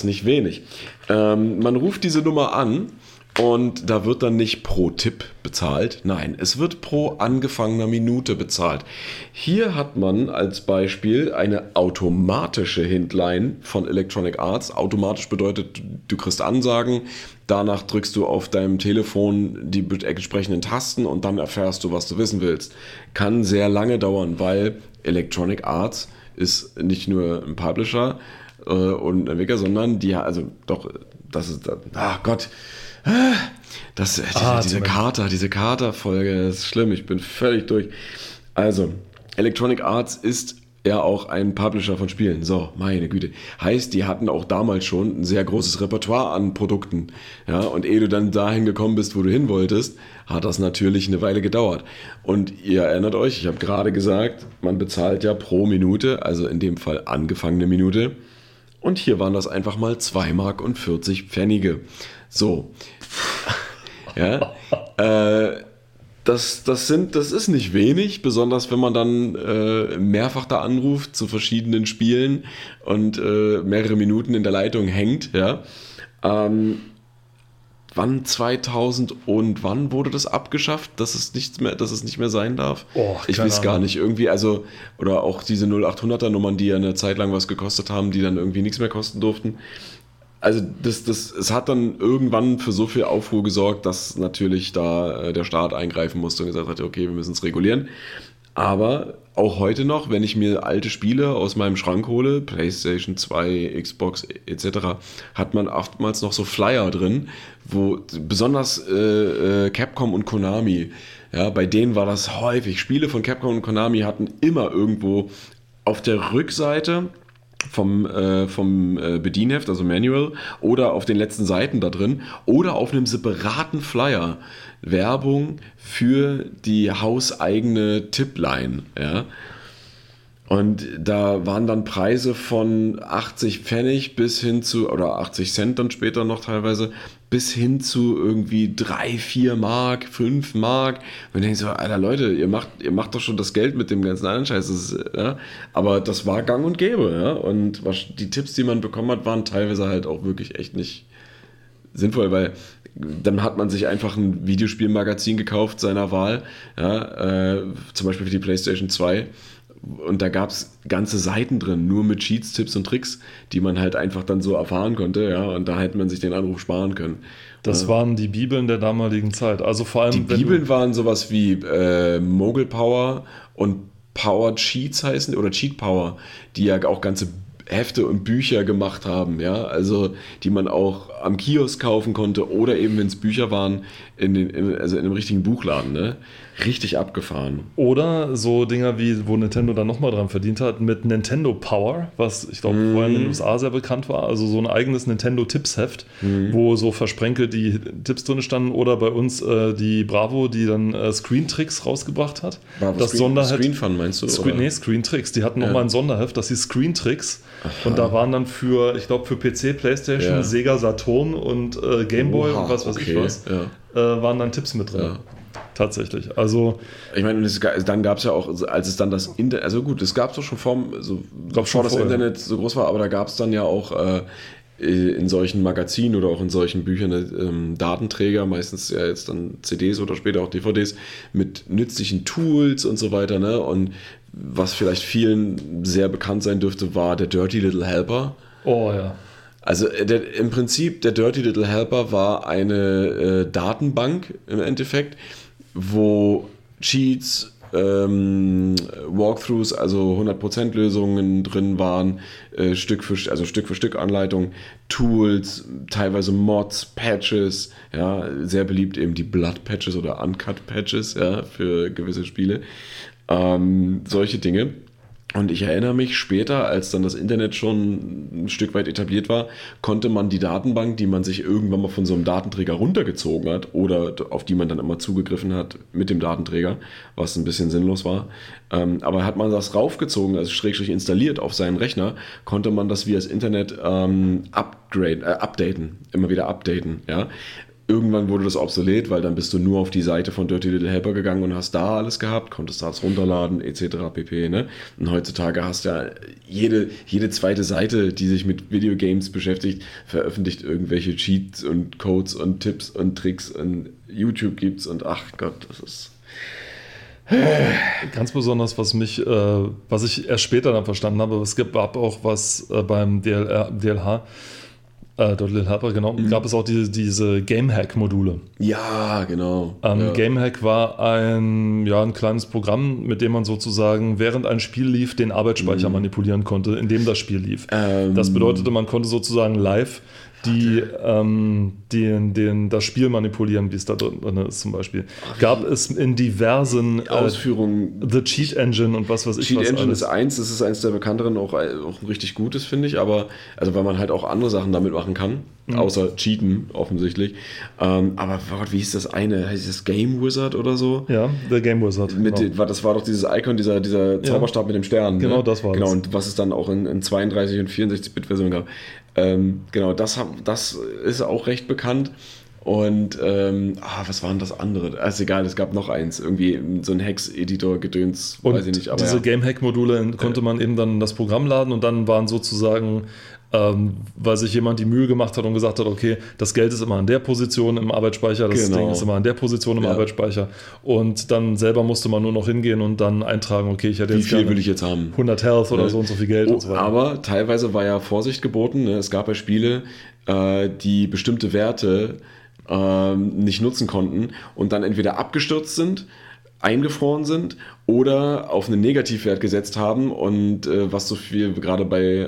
Man ruft diese Nummer an und da wird dann nicht pro Tipp bezahlt. Nein, es wird pro angefangener Minute bezahlt. Hier hat man als Beispiel eine automatische Hintline von Electronic Arts. Automatisch bedeutet, du kriegst Ansagen, danach drückst du auf deinem Telefon die entsprechenden Tasten und dann erfährst du, was du wissen willst. Kann sehr lange dauern, weil Electronic Arts ist nicht nur ein Publisher und ein Entwickler, sondern diese Kater-Folge ist schlimm, ich bin völlig durch. Also, Electronic Arts ist ja auch ein Publisher von Spielen. So, meine Güte. Heißt, die hatten auch damals schon ein sehr großes Repertoire an Produkten. Ja, und ehe du dann dahin gekommen bist, wo du hin wolltest, hat das natürlich eine Weile gedauert. Und ihr erinnert euch, ich habe gerade gesagt, man bezahlt ja pro Minute, also in dem Fall angefangene Minute. Und hier waren das einfach mal 2,40 Mark. So. Ja. Das ist nicht wenig, besonders wenn man dann mehrfach da anruft zu verschiedenen Spielen und mehrere Minuten in der Leitung hängt. Ja. Wann 2000 und wann wurde das abgeschafft, dass es nicht mehr sein darf? Ich weiß gar nicht. Irgendwie, also, oder auch diese 0800er Nummern, die ja eine Zeit lang was gekostet haben, die dann irgendwie nichts mehr kosten durften. Also es hat dann irgendwann für so viel Aufruhr gesorgt, dass natürlich da der Staat eingreifen musste und gesagt hat, okay, wir müssen es regulieren. Aber auch heute noch, wenn ich mir alte Spiele aus meinem Schrank hole, PlayStation 2, Xbox etc., hat man oftmals noch so Flyer drin, wo besonders Capcom und Konami, ja, bei denen war das häufig. Spiele von Capcom und Konami hatten immer irgendwo auf der Rückseite vom Bedienheft, also Manual, oder auf den letzten Seiten da drin oder auf einem separaten Flyer Werbung für die hauseigene Tipline, ja. Und da waren dann Preise von 80 Pfennig bis hin zu, oder 80 Cent dann später noch teilweise, bis hin zu irgendwie 3, 4 Mark, 5 Mark. Und ich denke so, Alter Leute, ihr macht doch schon das Geld mit dem ganzen anderen Scheiß. Ja? Aber das war gang und gäbe. Ja? Und die Tipps, die man bekommen hat, waren teilweise halt auch wirklich echt nicht sinnvoll, weil dann hat man sich einfach ein Videospielmagazin gekauft seiner Wahl, ja? Zum Beispiel für die PlayStation 2. Und da gab es ganze Seiten drin, nur mit Cheats, Tipps und Tricks, die man halt einfach dann so erfahren konnte, ja, und da hätte man sich den Anruf sparen können. Das waren die Bibeln der damaligen Zeit. Also vor allem, die Bibeln waren sowas wie Mogul Power und Power Cheats heißen, oder Cheat Power, die ja auch ganze Hefte und Bücher gemacht haben, ja, also die man auch am Kiosk kaufen konnte oder eben, wenn es Bücher waren, in einem richtigen Buchladen, ne? Richtig abgefahren. Oder so Dinger wie, wo Nintendo dann nochmal dran verdient hat, mit Nintendo Power, was ich glaube vorher in den USA sehr bekannt war, also so ein eigenes Nintendo-Tipps-Heft, wo so versprenkelt die Tipps drin standen, oder bei uns die Bravo, die dann Screen-Tricks rausgebracht hat. Bravo das Sonderheft. Screen Fun meinst du? Screen-Tricks, die hatten nochmal ein Sonderheft, das hieß Screen-Tricks. Und da waren dann für PC, Playstation, Sega Saturn und Game Boy und was weiß ich was, waren dann Tipps mit drin. Ja. Tatsächlich. Also ich meine, dann gab es ja auch, als es dann das Internet, also gut, es gab es doch schon bevor das Internet so groß war, aber da gab es dann ja auch in solchen Magazinen oder auch in solchen Büchern Datenträger, meistens ja jetzt dann CDs oder später auch DVDs mit nützlichen Tools und so weiter, ne? Und was vielleicht vielen sehr bekannt sein dürfte, war der Dirty Little Helper. Oh ja. Also im Prinzip, der Dirty Little Helper war eine Datenbank im Endeffekt, wo Cheats, Walkthroughs, also 100% Lösungen drin waren, Stück für Stück Anleitung, Tools, teilweise Mods, Patches, ja, sehr beliebt eben die Blood Patches oder Uncut Patches, ja, für gewisse Spiele, solche Dinge. Und ich erinnere mich später, als dann das Internet schon ein Stück weit etabliert war, konnte man die Datenbank, die man sich irgendwann mal von so einem Datenträger runtergezogen hat oder auf die man dann immer zugegriffen hat mit dem Datenträger, was ein bisschen sinnlos war, aber hat man das raufgezogen, also schrägstrich installiert auf seinen Rechner, konnte man das via das Internet updaten, immer wieder updaten, ja. Irgendwann wurde das obsolet, weil dann bist du nur auf die Seite von Dirty Little Helper gegangen und hast da alles gehabt, konntest das runterladen etc. pp. Ne? Und heutzutage hast du ja jede zweite Seite, die sich mit Videogames beschäftigt, veröffentlicht irgendwelche Cheats und Codes und Tipps und Tricks und YouTube gibt's und ach Gott, das ist... Ganz besonders, was ich erst später dann verstanden habe, es gab auch was beim DLH, Dirty Little Helper, genau, gab es auch diese Gamehack-Module. Ja, genau. Gamehack war ein kleines Programm, mit dem man sozusagen während ein Spiel lief, den Arbeitsspeicher manipulieren konnte, in dem das Spiel lief. Das bedeutete, man konnte sozusagen live das Spiel manipulieren, wie es da drin ist zum Beispiel. Gab es in diversen Ausführungen. The Cheat Engine und was weiß ich was. Cheat Engine ist das ist eins der bekannteren, auch ein richtig gutes, finde ich, aber also weil man halt auch andere Sachen damit machen kann, außer Cheaten offensichtlich. Aber Gott, wie hieß das eine? Heißt das Game Wizard oder so? Ja, der Game Wizard. Das war doch dieses Icon, dieser Zauberstab mit dem Stern. Genau, ne? das war Genau, und was es dann auch in 32 und 64-Bit-Versionen gab. Genau, das ist auch recht bekannt. Und was war denn das andere? Ist egal, es gab noch eins, irgendwie so ein Hex-Editor-Gedöns, weiß ich nicht. Aber diese Game-Hack-Module konnte man eben dann das Programm laden und dann waren sozusagen, weil sich jemand die Mühe gemacht hat und gesagt hat, okay, das Geld ist immer an der Position im Arbeitsspeicher, das Ding ist immer an der Position im Arbeitsspeicher und dann selber musste man nur noch hingehen und dann eintragen, okay, ich hätte jetzt wie viel will ich jetzt haben? 100 Health oder so und so viel Geld und so weiter. Aber teilweise war ja Vorsicht geboten, ne? Es gab ja Spiele, die bestimmte Werte nicht nutzen konnten und dann entweder abgestürzt sind, eingefroren sind oder auf einen Negativwert gesetzt haben und was so viel gerade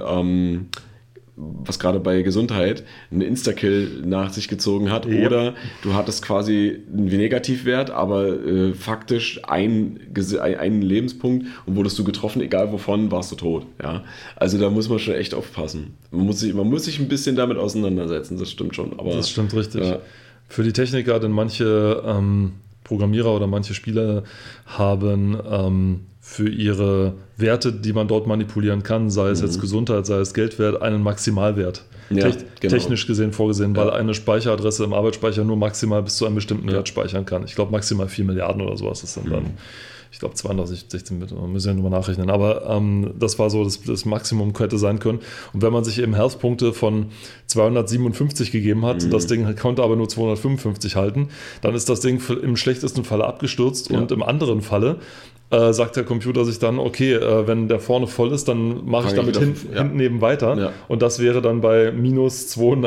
bei Gesundheit einen Insta-Kill nach sich gezogen hat, oder du hattest quasi einen Negativwert, aber faktisch einen Lebenspunkt und wurdest du getroffen, egal wovon, warst du tot. Ja? Also da muss man schon echt aufpassen. Man muss sich ein bisschen damit auseinandersetzen, das stimmt schon. Aber, das stimmt richtig. Ja. Für die Techniker, denn manche Programmierer oder manche Spieler haben für ihre Werte, die man dort manipulieren kann, sei es jetzt Gesundheit, sei es Geldwert, einen Maximalwert. Technisch gesehen vorgesehen, weil eine Speicheradresse im Arbeitsspeicher nur maximal bis zu einem bestimmten Wert speichern kann. Ich glaube maximal 4 Milliarden oder sowas ist dann ich glaube 3216 Bit, müssen wir nochmal nachrechnen, aber das war so das Maximum hätte sein können. Und wenn man sich eben Health-Punkte von 257 gegeben hat, das Ding konnte aber nur 255 halten, dann ist das Ding im schlechtesten Falle abgestürzt und im anderen Falle sagt der Computer sich dann, okay, wenn der vorne voll ist, dann mache ich damit hinten eben weiter. Ja. Und das wäre dann bei minus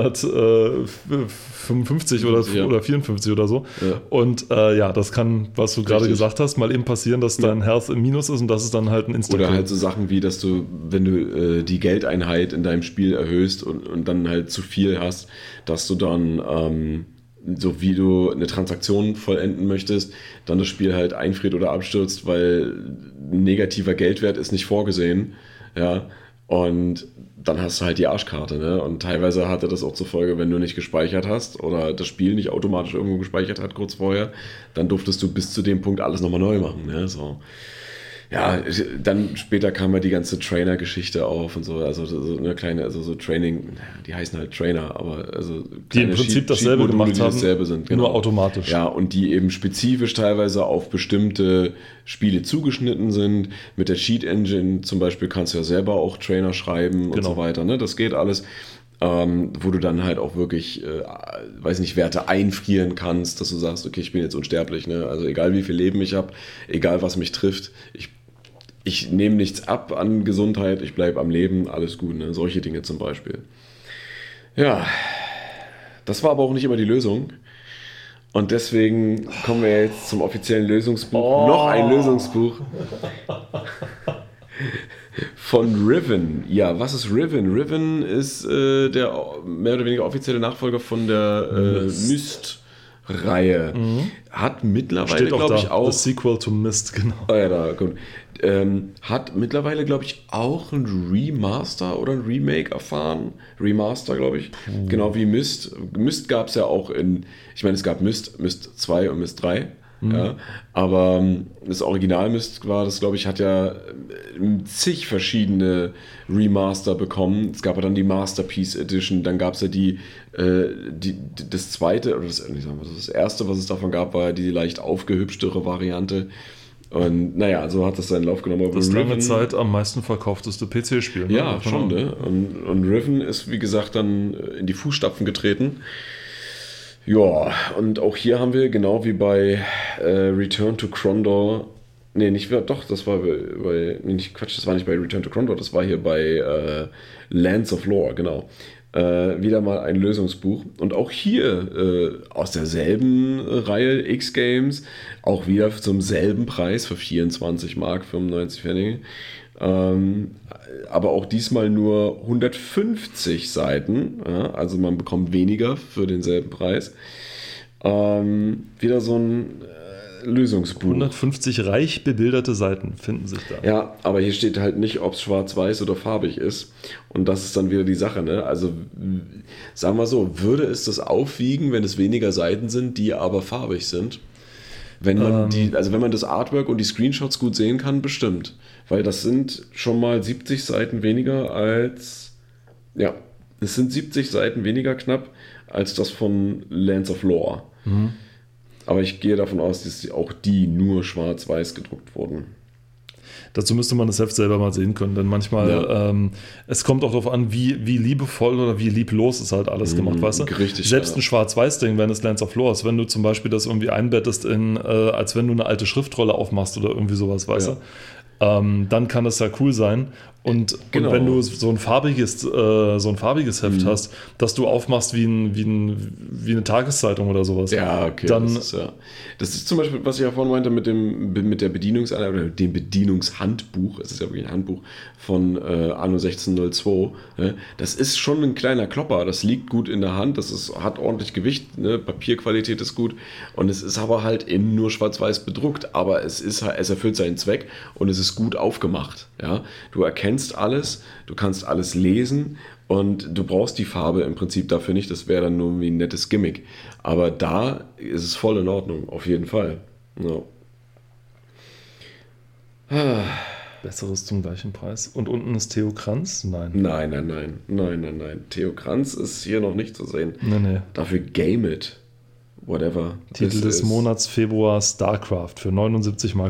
255 oder 54 oder so. Ja. Und das kann, was du gerade gesagt hast, mal eben passieren, dass dein Health im Minus ist und das ist dann halt ein Instant. Oder halt so Sachen wie, dass du, wenn du die Geldeinheit in deinem Spiel erhöhst und dann halt zu viel hast, dass du dann so wie du eine Transaktion vollenden möchtest, dann das Spiel halt einfriert oder abstürzt, weil ein negativer Geldwert ist nicht vorgesehen, ja, und dann hast du halt die Arschkarte, ne, und teilweise hatte das auch zur Folge, wenn du nicht gespeichert hast oder das Spiel nicht automatisch irgendwo gespeichert hat kurz vorher, dann durftest du bis zu dem Punkt alles nochmal neu machen, ne, so. Ja, dann später kam ja die ganze Trainer-Geschichte auf und so, also so eine kleine, also so Training, die heißen halt Trainer, aber also Die im Prinzip dasselbe gemacht haben, dasselbe sind, genau. Nur automatisch. Ja, und die eben spezifisch teilweise auf bestimmte Spiele zugeschnitten sind. Mit der Cheat Engine zum Beispiel kannst du ja selber auch Trainer schreiben und so weiter, ne? Das geht alles. Wo du dann halt auch wirklich, weiß nicht, Werte einfrieren kannst, dass du sagst, okay, ich bin jetzt unsterblich, ne? Also egal wie viel Leben ich habe, egal was mich trifft, ich nehme nichts ab an Gesundheit, ich bleibe am Leben, alles gut, ne? Solche Dinge zum Beispiel. Ja, das war aber auch nicht immer die Lösung. Und deswegen kommen wir jetzt zum offiziellen Lösungsbuch. Noch ein Lösungsbuch. Von Riven. Ja, was ist Riven? Riven ist der mehr oder weniger offizielle Nachfolger von der Myst-Reihe. Hat mittlerweile, glaube ich, auch... Das Sequel to Myst, genau. Oh ja, da, gut. Hat mittlerweile, glaube ich, auch ein Remaster oder ein Remake erfahren. Remaster, glaube ich. Genau wie Myst. Myst gab es ja auch ich meine, es gab Myst 2 und Myst 3. Ja, aber das Original Myst war das, glaube ich, hat ja zig verschiedene Remaster bekommen. Es gab ja dann die Masterpiece Edition, dann gab es ja das zweite, oder das erste, was es davon gab, war die leicht aufgehübschtere Variante. Und naja, so hat das seinen Lauf genommen. Das lange Zeit am meisten verkaufteste PC-Spiel. Ne? Ja, schon, ne? Und Riven ist, wie gesagt, dann in die Fußstapfen getreten. Ja, und auch hier haben wir, genau wie bei Return to Krondor, das war das war nicht bei Return to Krondor, das war hier bei Lands of Lore, genau. Wieder mal ein Lösungsbuch. Und auch hier aus derselben Reihe X-Games, auch wieder zum selben Preis für 24 Mark, 95 Pfennige. Aber auch diesmal nur 150 Seiten, ja, also man bekommt weniger für denselben Preis. Wieder so ein Lösungsbuch. 150 reich bebilderte Seiten finden sich da. Ja, aber hier steht halt nicht, ob es schwarz-weiß oder farbig ist. Und das ist dann wieder die Sache, ne? Also sagen wir so, würde es das aufwiegen, wenn es weniger Seiten sind, die aber farbig sind? Wenn man wenn man das Artwork und die Screenshots gut sehen kann, bestimmt. Weil das sind schon mal 70 Seiten weniger es sind 70 Seiten weniger knapp als das von Lands of Lore. Aber ich gehe davon aus, dass auch die nur schwarz-weiß gedruckt wurden. Dazu müsste man das Heft selber mal sehen können, denn manchmal, es kommt auch darauf an, wie liebevoll oder wie lieblos ist halt alles gemacht, weißt du? Richtig, selbst ein Schwarz-Weiß-Ding, wenn es Lands of Lore ist, wenn du zum Beispiel das irgendwie einbettest als wenn du eine alte Schriftrolle aufmachst oder irgendwie sowas, weißt du? Dann kann das ja cool sein. Und wenn du so ein farbiges Heft hast, dass du aufmachst wie eine Tageszeitung oder sowas. Ja, okay. Dann, das ist zum Beispiel, was ich ja vorhin meinte, mit der Bedienungsanleitung oder dem Bedienungshandbuch, es ist ja wirklich ein Handbuch von Anno 1602. Ne? Das ist schon ein kleiner Klopper, das liegt gut in der Hand, hat ordentlich Gewicht, ne? Papierqualität ist gut und es ist aber halt in nur schwarz-weiß bedruckt, aber es erfüllt seinen Zweck und es ist gut aufgemacht. Ja? Du erkennst alles, du kannst alles lesen und du brauchst die Farbe im Prinzip dafür nicht, das wäre dann nur wie ein nettes Gimmick. Aber da ist es voll in Ordnung, auf jeden Fall. Ja. Besseres zum gleichen Preis. Und unten ist Theo Kranz? Nein. Nein. Theo Kranz ist hier noch nicht zu sehen. Nee. Dafür Game It. Whatever. Titel des Monats Februar StarCraft für 79,95 Mark.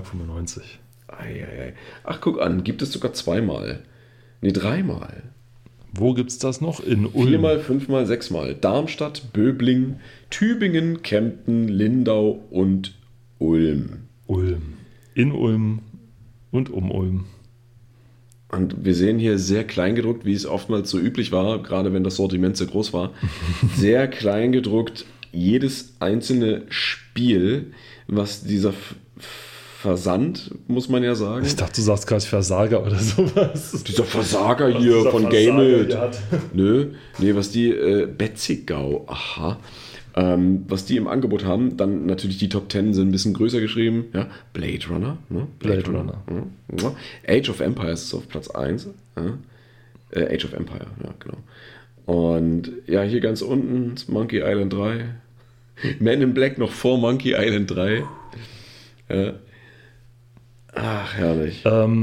Ach, guck an, gibt es sogar 2-mal. Nee, 3-mal. Wo gibt's das noch? In Ulm. 4-mal, 5-mal, 6-mal. Darmstadt, Böblingen, Tübingen, Kempten, Lindau und Ulm. In Ulm und um Ulm. Und wir sehen hier sehr klein gedruckt, wie es oftmals so üblich war, gerade wenn das Sortiment so groß war. Sehr klein gedruckt, jedes einzelne Spiel, was dieser Versand, muss man ja sagen. Ich dachte, du sagst gerade Versager oder sowas. Dieser Versager hier von Game It. Nee, was die Betzigau, aha. Was die im Angebot haben, dann natürlich die Top 10 sind ein bisschen größer geschrieben. Ja, Blade Runner. Ne? Blade Runner. Ja. Age of Empires ist auf Platz 1. Ja. Age of Empire, ja, genau. Und ja, hier ganz unten ist Monkey Island 3. Man in Black noch vor Monkey Island 3. Ach, herrlich.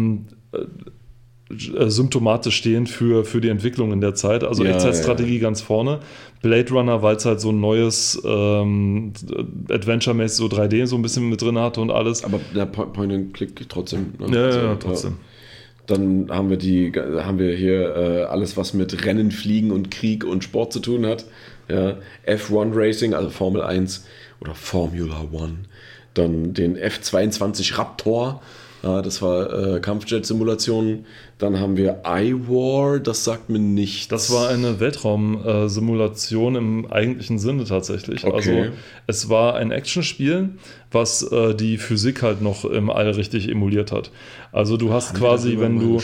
Symptomatisch stehen für die Entwicklung in der Zeit. Also Echtzeitstrategie ganz vorne. Blade Runner, weil es halt so ein neues Adventure-mäßig so 3D so ein bisschen mit drin hatte und alles. Aber der Point-and-Click trotzdem. Ne? Ja, trotzdem. Dann haben wir hier alles, was mit Rennen, Fliegen und Krieg und Sport zu tun hat. Ja, F1 Racing, also Formel 1 oder Formula 1. Dann den F-22 Raptor. Ja, das war Kampfjet-Simulation. Dann haben wir iWar, das sagt mir nichts. Das war eine Weltraum-Simulation im eigentlichen Sinne tatsächlich. Okay. Also es war ein Actionspiel, was die Physik halt noch im All richtig emuliert hat. Also du hast quasi, wenn du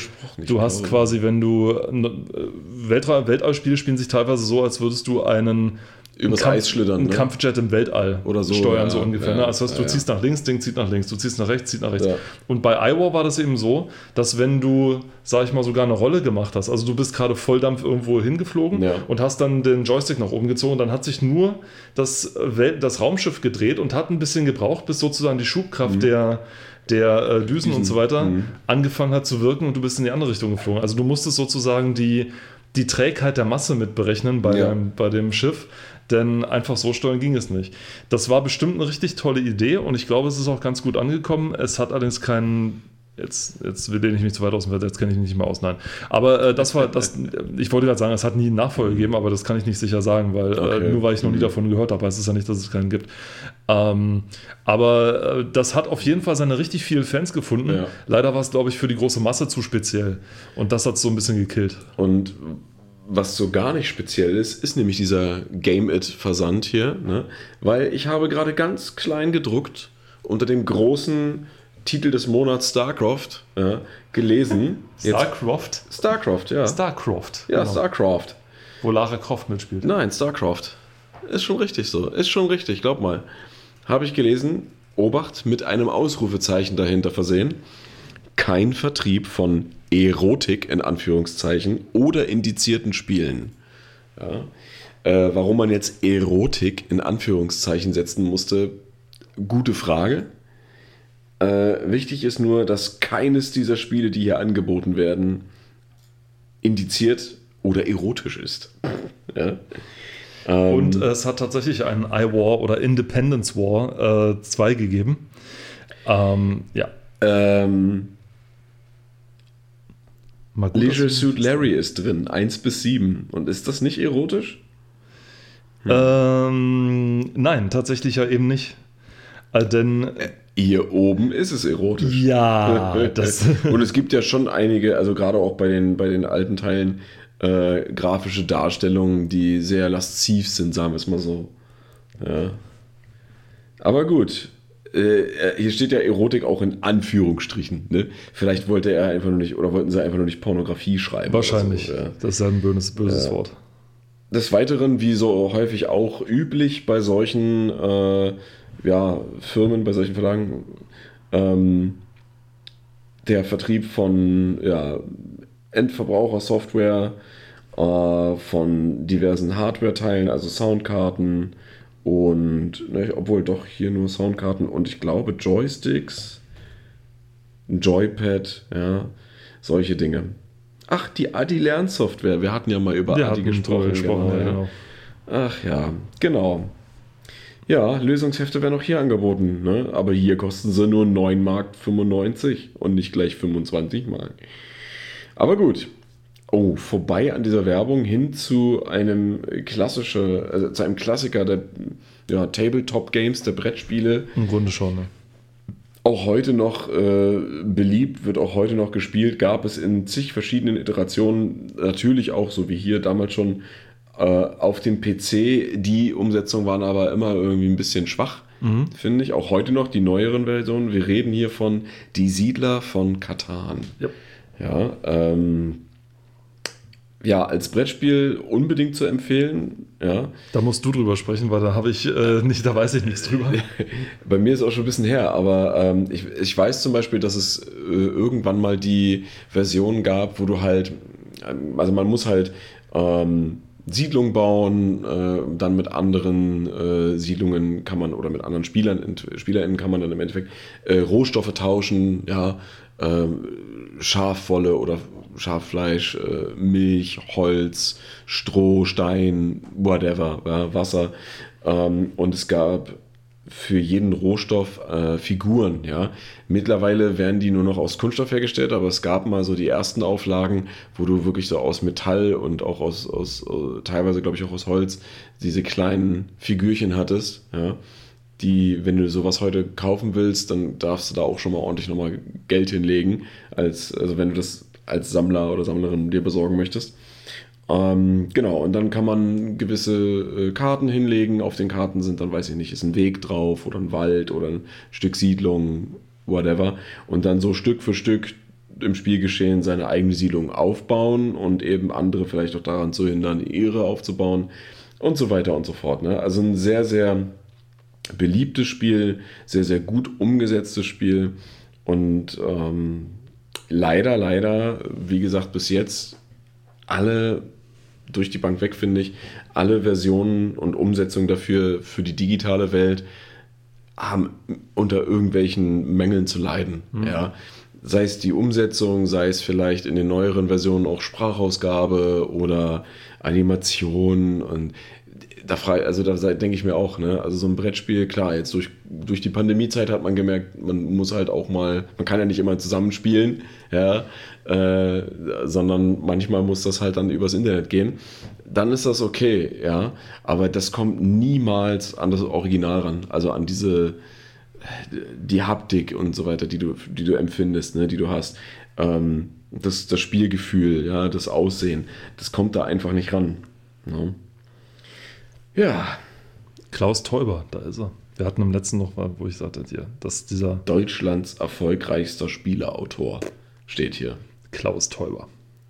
Weltallspiele spielen sich teilweise so, als würdest du einen Eis schlittern, ein Kampfjet im Weltall oder so, steuern, so ungefähr. Ne? Also du ziehst nach links, Ding zieht nach links, du ziehst nach rechts, zieht nach rechts. Ja. Und bei iWar war das eben so, dass wenn du, sag ich mal, sogar eine Rolle gemacht hast, also du bist gerade Volldampf irgendwo hingeflogen und hast dann den Joystick nach oben gezogen, dann hat sich nur das Raumschiff gedreht und hat ein bisschen gebraucht, bis sozusagen die Schubkraft der Düsen und so weiter angefangen hat zu wirken und du bist in die andere Richtung geflogen. Also du musstest sozusagen die Trägheit der Masse mit berechnen bei dem Schiff, denn einfach so steuern ging es nicht. Das war bestimmt eine richtig tolle Idee und ich glaube, es ist auch ganz gut angekommen. Es hat allerdings keinen, jetzt lehne ich mich zu weit aus dem Fenster, jetzt kenne ich mich nicht mehr aus, nein. Aber ich wollte gerade sagen, es hat nie einen Nachfolger gegeben, aber das kann ich nicht sicher sagen, weil nur weil ich noch nie davon gehört habe, heißt es ja nicht, dass es keinen gibt. Aber das hat auf jeden Fall seine richtig vielen Fans gefunden. Ja. Leider war es, glaube ich, für die große Masse zu speziell. Und das hat es so ein bisschen gekillt. Und was so gar nicht speziell ist nämlich dieser Game-It-Versand hier. Ne? Weil ich habe gerade ganz klein gedruckt unter dem großen Titel des Monats StarCraft gelesen. StarCraft? StarCraft, ja. StarCraft. Ja, genau. StarCraft. Wo Lara Croft mitspielt. Nein, StarCraft. Ist schon richtig so. Ist schon richtig, glaub mal. Habe ich gelesen, Obacht, mit einem Ausrufezeichen dahinter versehen. Kein Vertrieb von Erotik in Anführungszeichen oder indizierten Spielen. Ja. Warum man jetzt Erotik in Anführungszeichen setzen musste, gute Frage. Wichtig ist nur, dass keines dieser Spiele, die hier angeboten werden, indiziert oder erotisch ist. Ja. Und es hat tatsächlich einen iWar oder Independence War 2 gegeben. Leisure Suit Larry ist drin, 1-7. Und ist das nicht erotisch? Nein, tatsächlich ja eben nicht. Denn hier oben ist es erotisch. Ja. Und es gibt ja schon einige, also gerade auch bei den alten Teilen, grafische Darstellungen, die sehr lasziv sind, sagen wir es mal so. Ja. Aber gut. Hier steht ja Erotik auch in Anführungsstrichen. Ne? Vielleicht wollte er einfach nur nicht, oder wollten sie einfach nur nicht Pornografie schreiben. Wahrscheinlich. So, ja. Das ist ja ein böses Wort. Des Weiteren, wie so häufig auch üblich bei solchen Firmen, bei solchen Verlagen, der Vertrieb von Endverbrauchersoftware, von diversen Hardware-Teilen, also Soundkarten, und obwohl doch hier nur Soundkarten und ich glaube Joysticks, Joypad, solche Dinge. Ach, die Adi-Lernsoftware. Wir hatten ja mal über Adi gesprochen. Genau. Ach ja, genau. Ja, Lösungshefte werden auch hier angeboten, ne? Aber hier kosten sie nur 9,95 Mark und nicht gleich 25 Mark. Aber gut. Oh, vorbei an dieser Werbung hin zu einem zu einem Klassiker der Tabletop-Games, der Brettspiele. Im Grunde schon, ne? Auch heute noch beliebt, wird auch heute noch gespielt, gab es in zig verschiedenen Iterationen, natürlich auch, so wie hier damals schon, auf dem PC. Die Umsetzungen waren aber immer irgendwie ein bisschen schwach, finde ich. Auch heute noch die neueren Versionen. Wir reden hier von Die Siedler von Catan. Yep. Ja, als Brettspiel unbedingt zu empfehlen. Ja. Da musst du drüber sprechen, weil da weiß ich nichts drüber. Bei mir ist auch schon ein bisschen her, aber ich weiß zum Beispiel, dass es irgendwann mal die Version gab, wo du halt, also man muss halt Siedlungen bauen, dann mit anderen Siedlungen kann man oder mit anderen SpielerInnen kann man dann im Endeffekt Rohstoffe tauschen, ja, Schafwolle oder Schaffleisch, Milch, Holz, Stroh, Stein, whatever, ja, Wasser. Und es gab für jeden Rohstoff Figuren, ja. Mittlerweile werden die nur noch aus Kunststoff hergestellt, aber es gab mal so die ersten Auflagen, wo du wirklich so aus Metall und auch aus teilweise glaube ich auch aus Holz diese kleinen Figürchen hattest, ja. Die, wenn du sowas heute kaufen willst, dann darfst du da auch schon mal ordentlich nochmal Geld hinlegen, also wenn du das als Sammler oder Sammlerin dir besorgen möchtest. Genau, und dann kann man gewisse Karten hinlegen. Auf den Karten sind dann, weiß ich nicht, ist ein Weg drauf oder ein Wald oder ein Stück Siedlung, whatever. Und dann so Stück für Stück im Spielgeschehen seine eigene Siedlung aufbauen und eben andere vielleicht auch daran zu hindern, ihre aufzubauen und so weiter und so fort. Ne? Also ein sehr, sehr beliebtes Spiel, sehr, sehr gut umgesetztes Spiel und leider, wie gesagt, bis jetzt alle durch die Bank weg, finde ich, alle Versionen und Umsetzungen dafür für die digitale Welt haben unter irgendwelchen Mängeln zu leiden. Ja. Sei es die Umsetzung, sei es vielleicht in den neueren Versionen auch Sprachausgabe oder Animation und da denke ich mir auch, ne, also so ein Brettspiel, klar, jetzt durch die Pandemiezeit hat man gemerkt, man muss halt auch mal, man kann ja nicht immer zusammenspielen, ja, sondern manchmal muss das halt dann übers Internet gehen. Dann ist das okay, ja, aber das kommt niemals an das Original ran, also an die Haptik und so weiter, die du empfindest, ne, die du hast, das Spielgefühl, ja, das Aussehen, das kommt da einfach nicht ran, ne? Ja. Klaus Teuber, da ist er. Wir hatten im letzten noch mal, wo ich sagte dir, dass dieser Deutschlands erfolgreichster Spieleautor steht hier. Klaus Teuber.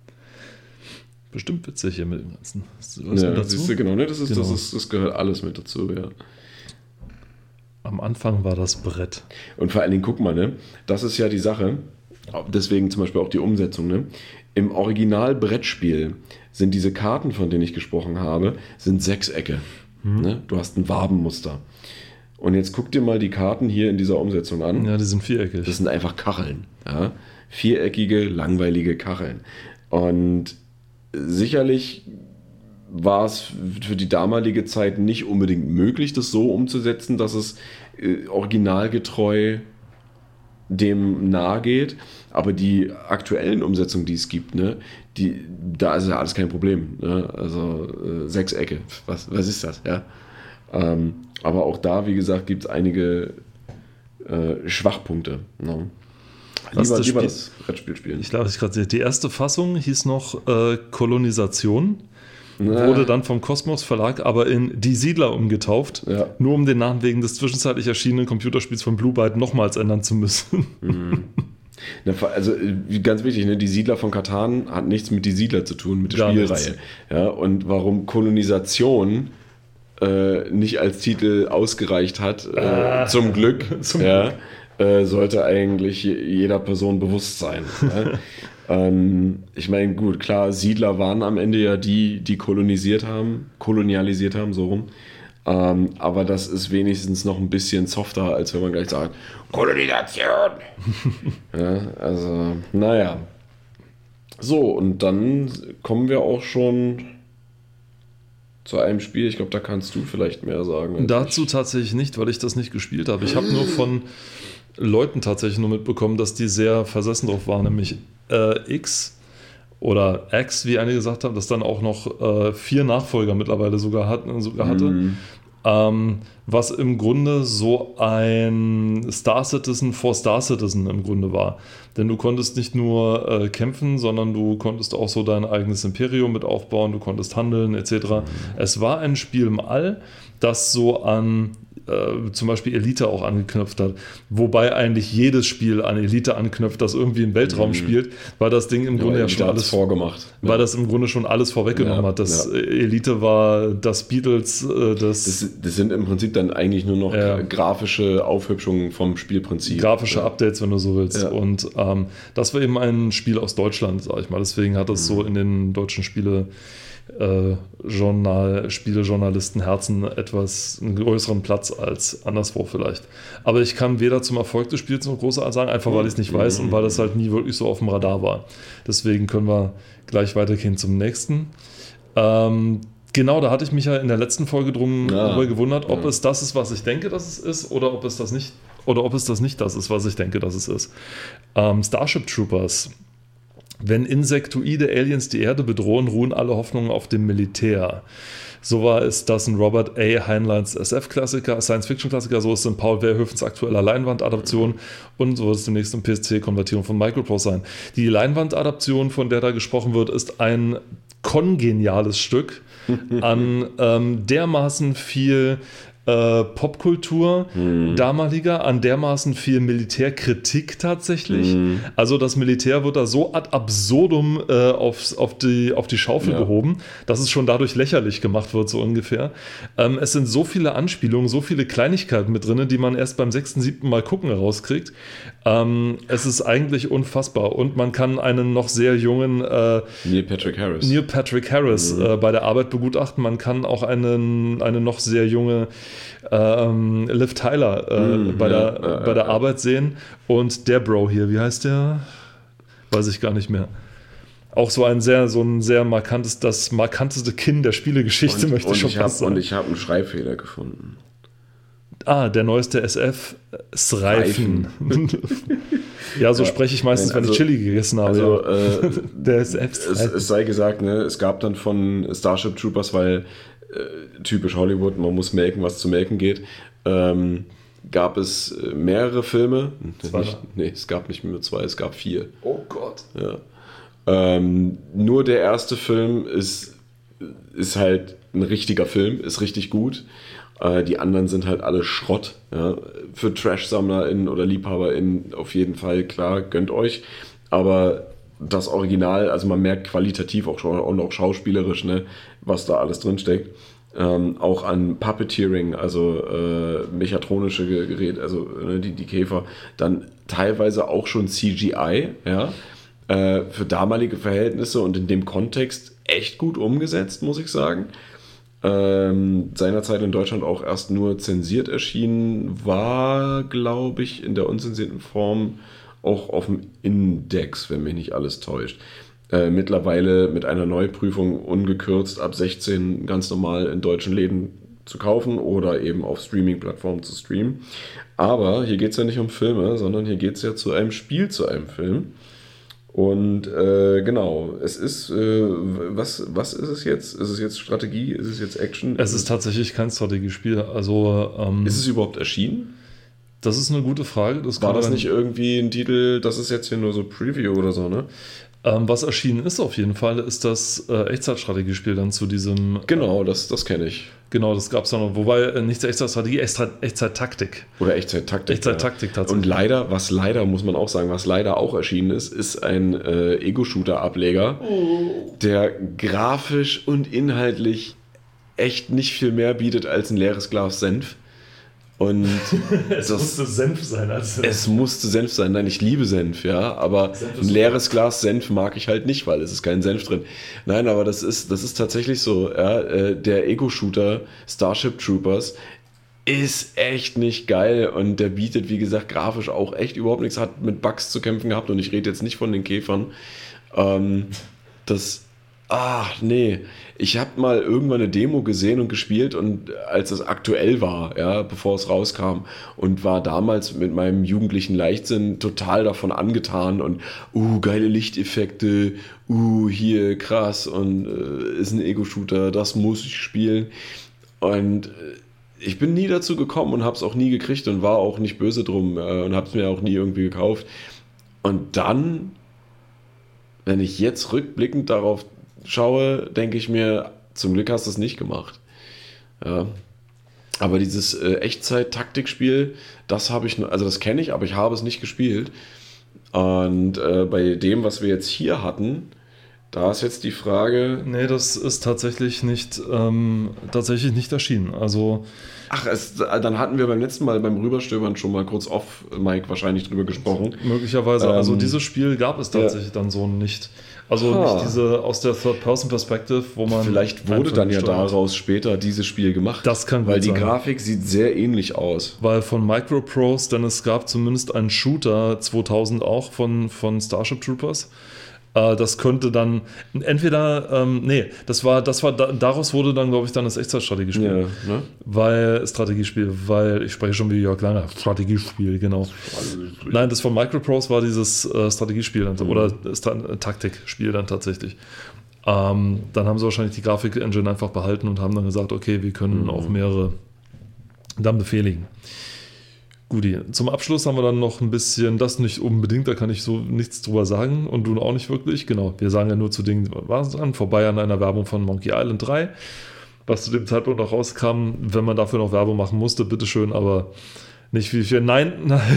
Bestimmt witzig hier mit dem Ganzen. Ja, siehst du, genau, ne? Das gehört alles mit dazu, ja. Am Anfang war das Brett. Und vor allen Dingen, guck mal, ne? Das ist ja die Sache, deswegen zum Beispiel auch die Umsetzung, ne? Im Original-Brettspiel sind diese Karten, von denen ich gesprochen habe, sind Sechsecke. Ne? Du hast ein Wabenmuster. Und jetzt guck dir mal die Karten hier in dieser Umsetzung an. Ja, die sind viereckig. Das sind einfach Kacheln. Ja? Viereckige, langweilige Kacheln. Und sicherlich war es für die damalige Zeit nicht unbedingt möglich, das so umzusetzen, dass es originalgetreu dem nahe geht. Aber die aktuellen Umsetzungen, die es gibt, ne, da ist ja alles kein Problem. Ne? Also Sechsecke, was ist das? Ja? Aber auch da, wie gesagt, gibt es einige Schwachpunkte. Ne? Lieber das Brettspiel spielen. Ich glaube, die erste Fassung hieß noch Kolonisation. Wurde dann vom Kosmos Verlag aber in Die Siedler umgetauft, nur um den Namen wegen des zwischenzeitlich erschienenen Computerspiels von Blue Byte nochmals ändern zu müssen. Also ganz wichtig, ne? Die Siedler von Catan hat nichts mit Die Siedler zu tun, mit der Spielreihe. Ja, und warum Kolonisation nicht als Titel ausgereicht hat, zum Glück, sollte eigentlich jeder Person bewusst sein. Ja? Ich meine, gut, klar, Siedler waren am Ende ja die kolonialisiert haben, so rum. Aber das ist wenigstens noch ein bisschen softer, als wenn man gleich sagt, Kolonisation! Ja, also, naja. So, und dann kommen wir auch schon zu einem Spiel. Ich glaube, da kannst du vielleicht mehr sagen. Dazu tatsächlich nicht, weil ich das nicht gespielt habe. Ich habe nur von Leuten tatsächlich nur mitbekommen, dass die sehr versessen drauf waren, nämlich X oder X, wie einige gesagt haben, das dann auch noch 4 Nachfolger mittlerweile sogar hatte. Was im Grunde so ein Star Citizen for Star Citizen im Grunde war. Denn du konntest nicht nur kämpfen, sondern du konntest auch so dein eigenes Imperium mit aufbauen, du konntest handeln etc. Es war ein Spiel im All, das so an zum Beispiel Elite auch angeknüpft hat. Wobei eigentlich jedes Spiel an Elite anknüpft, das irgendwie im Weltraum spielt, weil das Ding im Grunde ja schon alles vorgemacht. Weil das im Grunde schon alles vorweggenommen hat. Das Elite war das Beatles, das sind im Prinzip dann eigentlich nur noch grafische Aufhübschungen vom Spielprinzip. Grafische Updates, wenn du so willst. Ja. Und das war eben ein Spiel aus Deutschland, sag ich mal. Deswegen hat es so in den deutschen Spielejournalistenherzen einen größeren Platz als anderswo vielleicht. Aber ich kann weder zum Erfolg des Spiels noch groß sagen, einfach weil ich es nicht weiß und weil das halt nie wirklich so auf dem Radar war. Deswegen können wir gleich weitergehen zum nächsten. Genau, da hatte ich mich ja in der letzten Folge drüber gewundert, ob es das ist, was ich denke, dass es ist, oder ob es das nicht das ist, was ich denke, dass es ist. Starship Troopers. Wenn insektoide Aliens die Erde bedrohen, ruhen alle Hoffnungen auf dem Militär. So war es das ein Robert A. Heinleins SF-Klassiker, Science-Fiction-Klassiker, so ist es in Paul Verhoevens aktueller Leinwandadaption und so wird es demnächst in PC-Konvertierung von Microprose sein. Die Leinwandadaption, von der da gesprochen wird, ist ein kongeniales Stück an dermaßen viel Popkultur damaliger, an dermaßen viel Militärkritik tatsächlich. Also das Militär wird da so ad absurdum auf die Schaufel gehoben, dass es schon dadurch lächerlich gemacht wird, so ungefähr. Es sind so viele Anspielungen, so viele Kleinigkeiten mit drin, die man erst beim 6., 7. Mal gucken rauskriegt. Es ist eigentlich unfassbar und man kann einen noch sehr jungen Neil Patrick Harris bei der Arbeit begutachten. Man kann auch eine noch sehr junge Liv Tyler bei der Arbeit sehen und der Bro hier, wie heißt der? Weiß ich gar nicht mehr. Auch so ein sehr das markanteste Kinn der Spielegeschichte, möchte ich schon fast sagen. Und ich habe einen Schreibfehler gefunden. Der neueste SF-Sreifen. Ja, so spreche ich meistens, wenn ich Chili gegessen habe. Der SF-Sreifen. Es sei gesagt, ne, es gab dann von Starship Troopers, weil typisch Hollywood, man muss melken, was zu melken geht, gab es mehrere Filme. Es gab nicht nur 2, es gab 4. Oh Gott. Ja. Nur der erste Film ist halt ein richtiger Film, ist richtig gut. Die anderen sind halt alle Schrott. Ja. Für Trash-SammlerInnen oder LiebhaberInnen auf jeden Fall, klar, gönnt euch. Aber das Original, also man merkt qualitativ auch schauspielerisch, ne, was da alles drin steckt. Auch an Puppeteering, also mechatronische Geräte, also die Käfer, dann teilweise auch schon CGI, ja, für damalige Verhältnisse und in dem Kontext echt gut umgesetzt, muss ich sagen. Seinerzeit in Deutschland auch erst nur zensiert erschienen, war, glaube ich, in der unzensierten Form auch auf dem Index, wenn mich nicht alles täuscht. Mittlerweile mit einer Neuprüfung ungekürzt ab 16 ganz normal in deutschen Läden zu kaufen oder eben auf Streaming-Plattformen zu streamen. Aber hier geht es ja nicht um Filme, sondern hier geht es ja zu einem Spiel, zu einem Film. Und genau, es ist, was ist es jetzt? Ist es jetzt Strategie? Ist es jetzt Action? Es ist tatsächlich kein Strategiespiel. Also, ist es überhaupt erschienen? Das ist eine gute Frage. War das nicht irgendwie ein Titel, das ist jetzt hier nur so Preview oder so, ne? Was erschienen ist auf jeden Fall, ist das Echtzeitstrategiespiel dann zu diesem... Genau, das kenne ich. Genau, das gab es dann noch. Wobei nicht Echtzeitstrategie, Echtzeit-Taktik. Oder Echtzeit-Taktik. Echtzeit-Taktik tatsächlich. Und leider, muss man auch sagen, was leider auch erschienen ist ein Ego-Shooter-Ableger, der grafisch und inhaltlich echt nicht viel mehr bietet als ein leeres Glas Senf. Und musste Senf sein. Es musste Senf sein. Nein, ich liebe Senf, ja. Aber ein leeres Glas Senf mag ich halt nicht, weil es ist kein Senf drin. Nein, aber das ist tatsächlich so. Ja, der Ego-Shooter Starship Troopers ist echt nicht geil. Und der bietet, wie gesagt, grafisch auch echt überhaupt nichts. Hat mit Bugs zu kämpfen gehabt. Und ich rede jetzt nicht von den Käfern. Nee. Ich habe mal irgendwann eine Demo gesehen und gespielt und als es aktuell war, ja, bevor es rauskam und war damals mit meinem jugendlichen Leichtsinn total davon angetan und geile Lichteffekte, hier krass und ist ein Ego-Shooter, das muss ich spielen und ich bin nie dazu gekommen und habe es auch nie gekriegt und war auch nicht böse drum und habe es mir auch nie irgendwie gekauft und dann, wenn ich jetzt rückblickend darauf schaue, denke ich mir, zum Glück hast du es nicht gemacht. Ja. Aber dieses Echtzeit-Taktikspiel, das kenne ich, aber ich habe es nicht gespielt. Und bei dem, was wir jetzt hier hatten, Da ist jetzt die Frage. Nee, das ist tatsächlich nicht erschienen. Also. Ach, dann hatten wir beim letzten Mal beim Rüberstöbern schon mal kurz off Mike wahrscheinlich drüber gesprochen. Möglicherweise. Also dieses Spiel gab es tatsächlich dann so nicht. Also nicht diese aus der Third-Person-Perspective, wo man... Vielleicht wurde dann ja daraus später dieses Spiel gemacht. Das kann gut sein. Weil die sein. Grafik sieht sehr ähnlich aus. Weil von Microprose, denn es gab zumindest einen Shooter 2000 auch von Starship Troopers. Das könnte dann entweder, daraus wurde dann, glaube ich, dann das Echtzeitstrategiespiel. Ja, ne? Weil ich spreche schon wie Jörg Langer. Strategiespiel, genau. Nein, das von Microprose war dieses Strategiespiel oder Taktikspiel dann tatsächlich. Dann haben sie wahrscheinlich die Grafik-Engine einfach behalten und haben dann gesagt, okay, wir können auch mehrere dann befehligen. Guti, zum Abschluss haben wir dann noch ein bisschen, das nicht unbedingt, da kann ich so nichts drüber sagen und du auch nicht wirklich. Genau, wir sagen ja nur zu Dingen, war es dran, vorbei an einer Werbung von Monkey Island 3, was zu dem Zeitpunkt noch rauskam, wenn man dafür noch Werbung machen musste, bitteschön, aber nicht wie viel. Nein.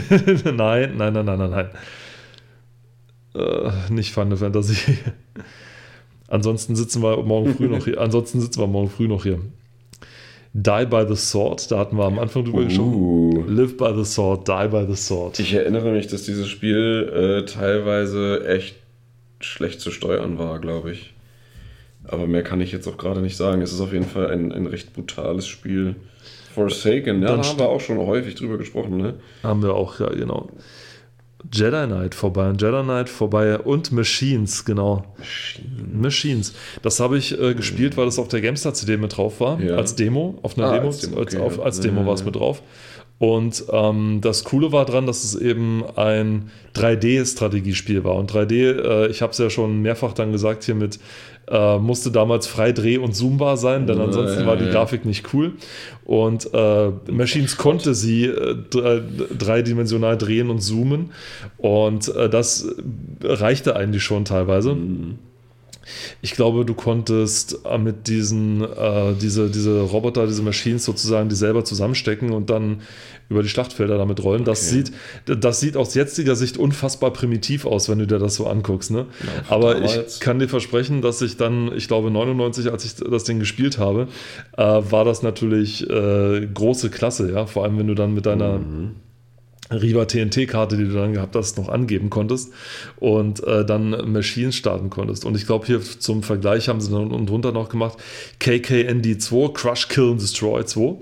Nicht Final Fantasy. Ansonsten sitzen wir morgen früh noch hier. Die by the Sword, da hatten wir am Anfang drüber gesprochen. Live by the Sword, Die by the Sword. Ich erinnere mich, dass dieses Spiel teilweise echt schlecht zu steuern war, glaube ich. Aber mehr kann ich jetzt auch gerade nicht sagen. Es ist auf jeden Fall ein recht brutales Spiel. Forsaken, ja, da haben wir auch schon häufig drüber gesprochen, ne? Haben wir auch, ja, genau. Jedi Knight vorbei und Machines, genau. Machines. Das habe ich gespielt, weil das auf der GameStar-CD mit drauf war, als Demo, auf einer Demo, als Demo war es mit drauf. Und das Coole war dran, dass es eben ein 3D-Strategiespiel war. Und 3D, ich habe es ja schon mehrfach dann gesagt, hier mit musste damals frei dreh- und zoombar sein, denn ansonsten war die Grafik nicht cool. Und Machines konnte sie dreidimensional drehen und zoomen. Und das reichte eigentlich schon teilweise. Ich glaube, du konntest mit diese Roboter, diese Machines sozusagen, die selber zusammenstecken und dann über die Schlachtfelder damit rollen. Okay. Das sieht aus jetziger Sicht unfassbar primitiv aus, wenn du dir das so anguckst. Ne? Ja, aber ich kann dir versprechen, dass ich dann, ich glaube 99, als ich das Ding gespielt habe, war das natürlich große Klasse. Ja? Vor allem, wenn du dann mit deiner Riva TNT-Karte, die du dann gehabt hast, noch angeben konntest und dann Machines starten konntest. Und ich glaube, hier zum Vergleich haben sie dann unten drunter noch gemacht KKND2, Crush, Kill and Destroy 2.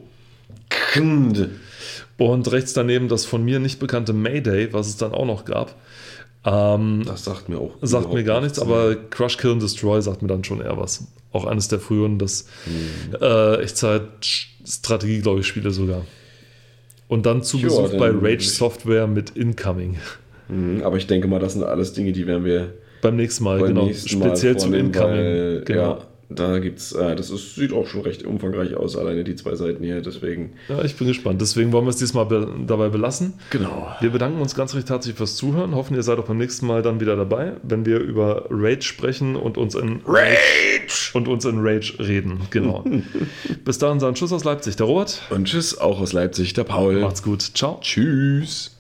Und rechts daneben das von mir nicht bekannte Mayday, was es dann auch noch gab. Das sagt mir auch. Sagt mir gar nichts, aber Crush, Kill and Destroy sagt mir dann schon eher was. Auch eines der früheren, das Echtzeit-Strategie, glaube ich, Spiele sogar. Und dann zu Besuch bei Rage Software mit Incoming. Aber ich denke mal, das sind alles Dinge, die werden wir beim nächsten Mal, speziell zum Incoming. Weil, genau. Ja, da gibt's, sieht auch schon recht umfangreich aus, alleine die 2 Seiten hier, deswegen. Ja, ich bin gespannt. Deswegen wollen wir es diesmal dabei belassen. Genau. Wir bedanken uns ganz recht herzlich fürs Zuhören. Hoffen, ihr seid auch beim nächsten Mal dann wieder dabei, wenn wir über Rage sprechen und uns in Rage reden. Genau. Bis dahin sagen Tschüss aus Leipzig, der Robert. Und Tschüss auch aus Leipzig, der Paul. Macht's gut. Ciao. Tschüss.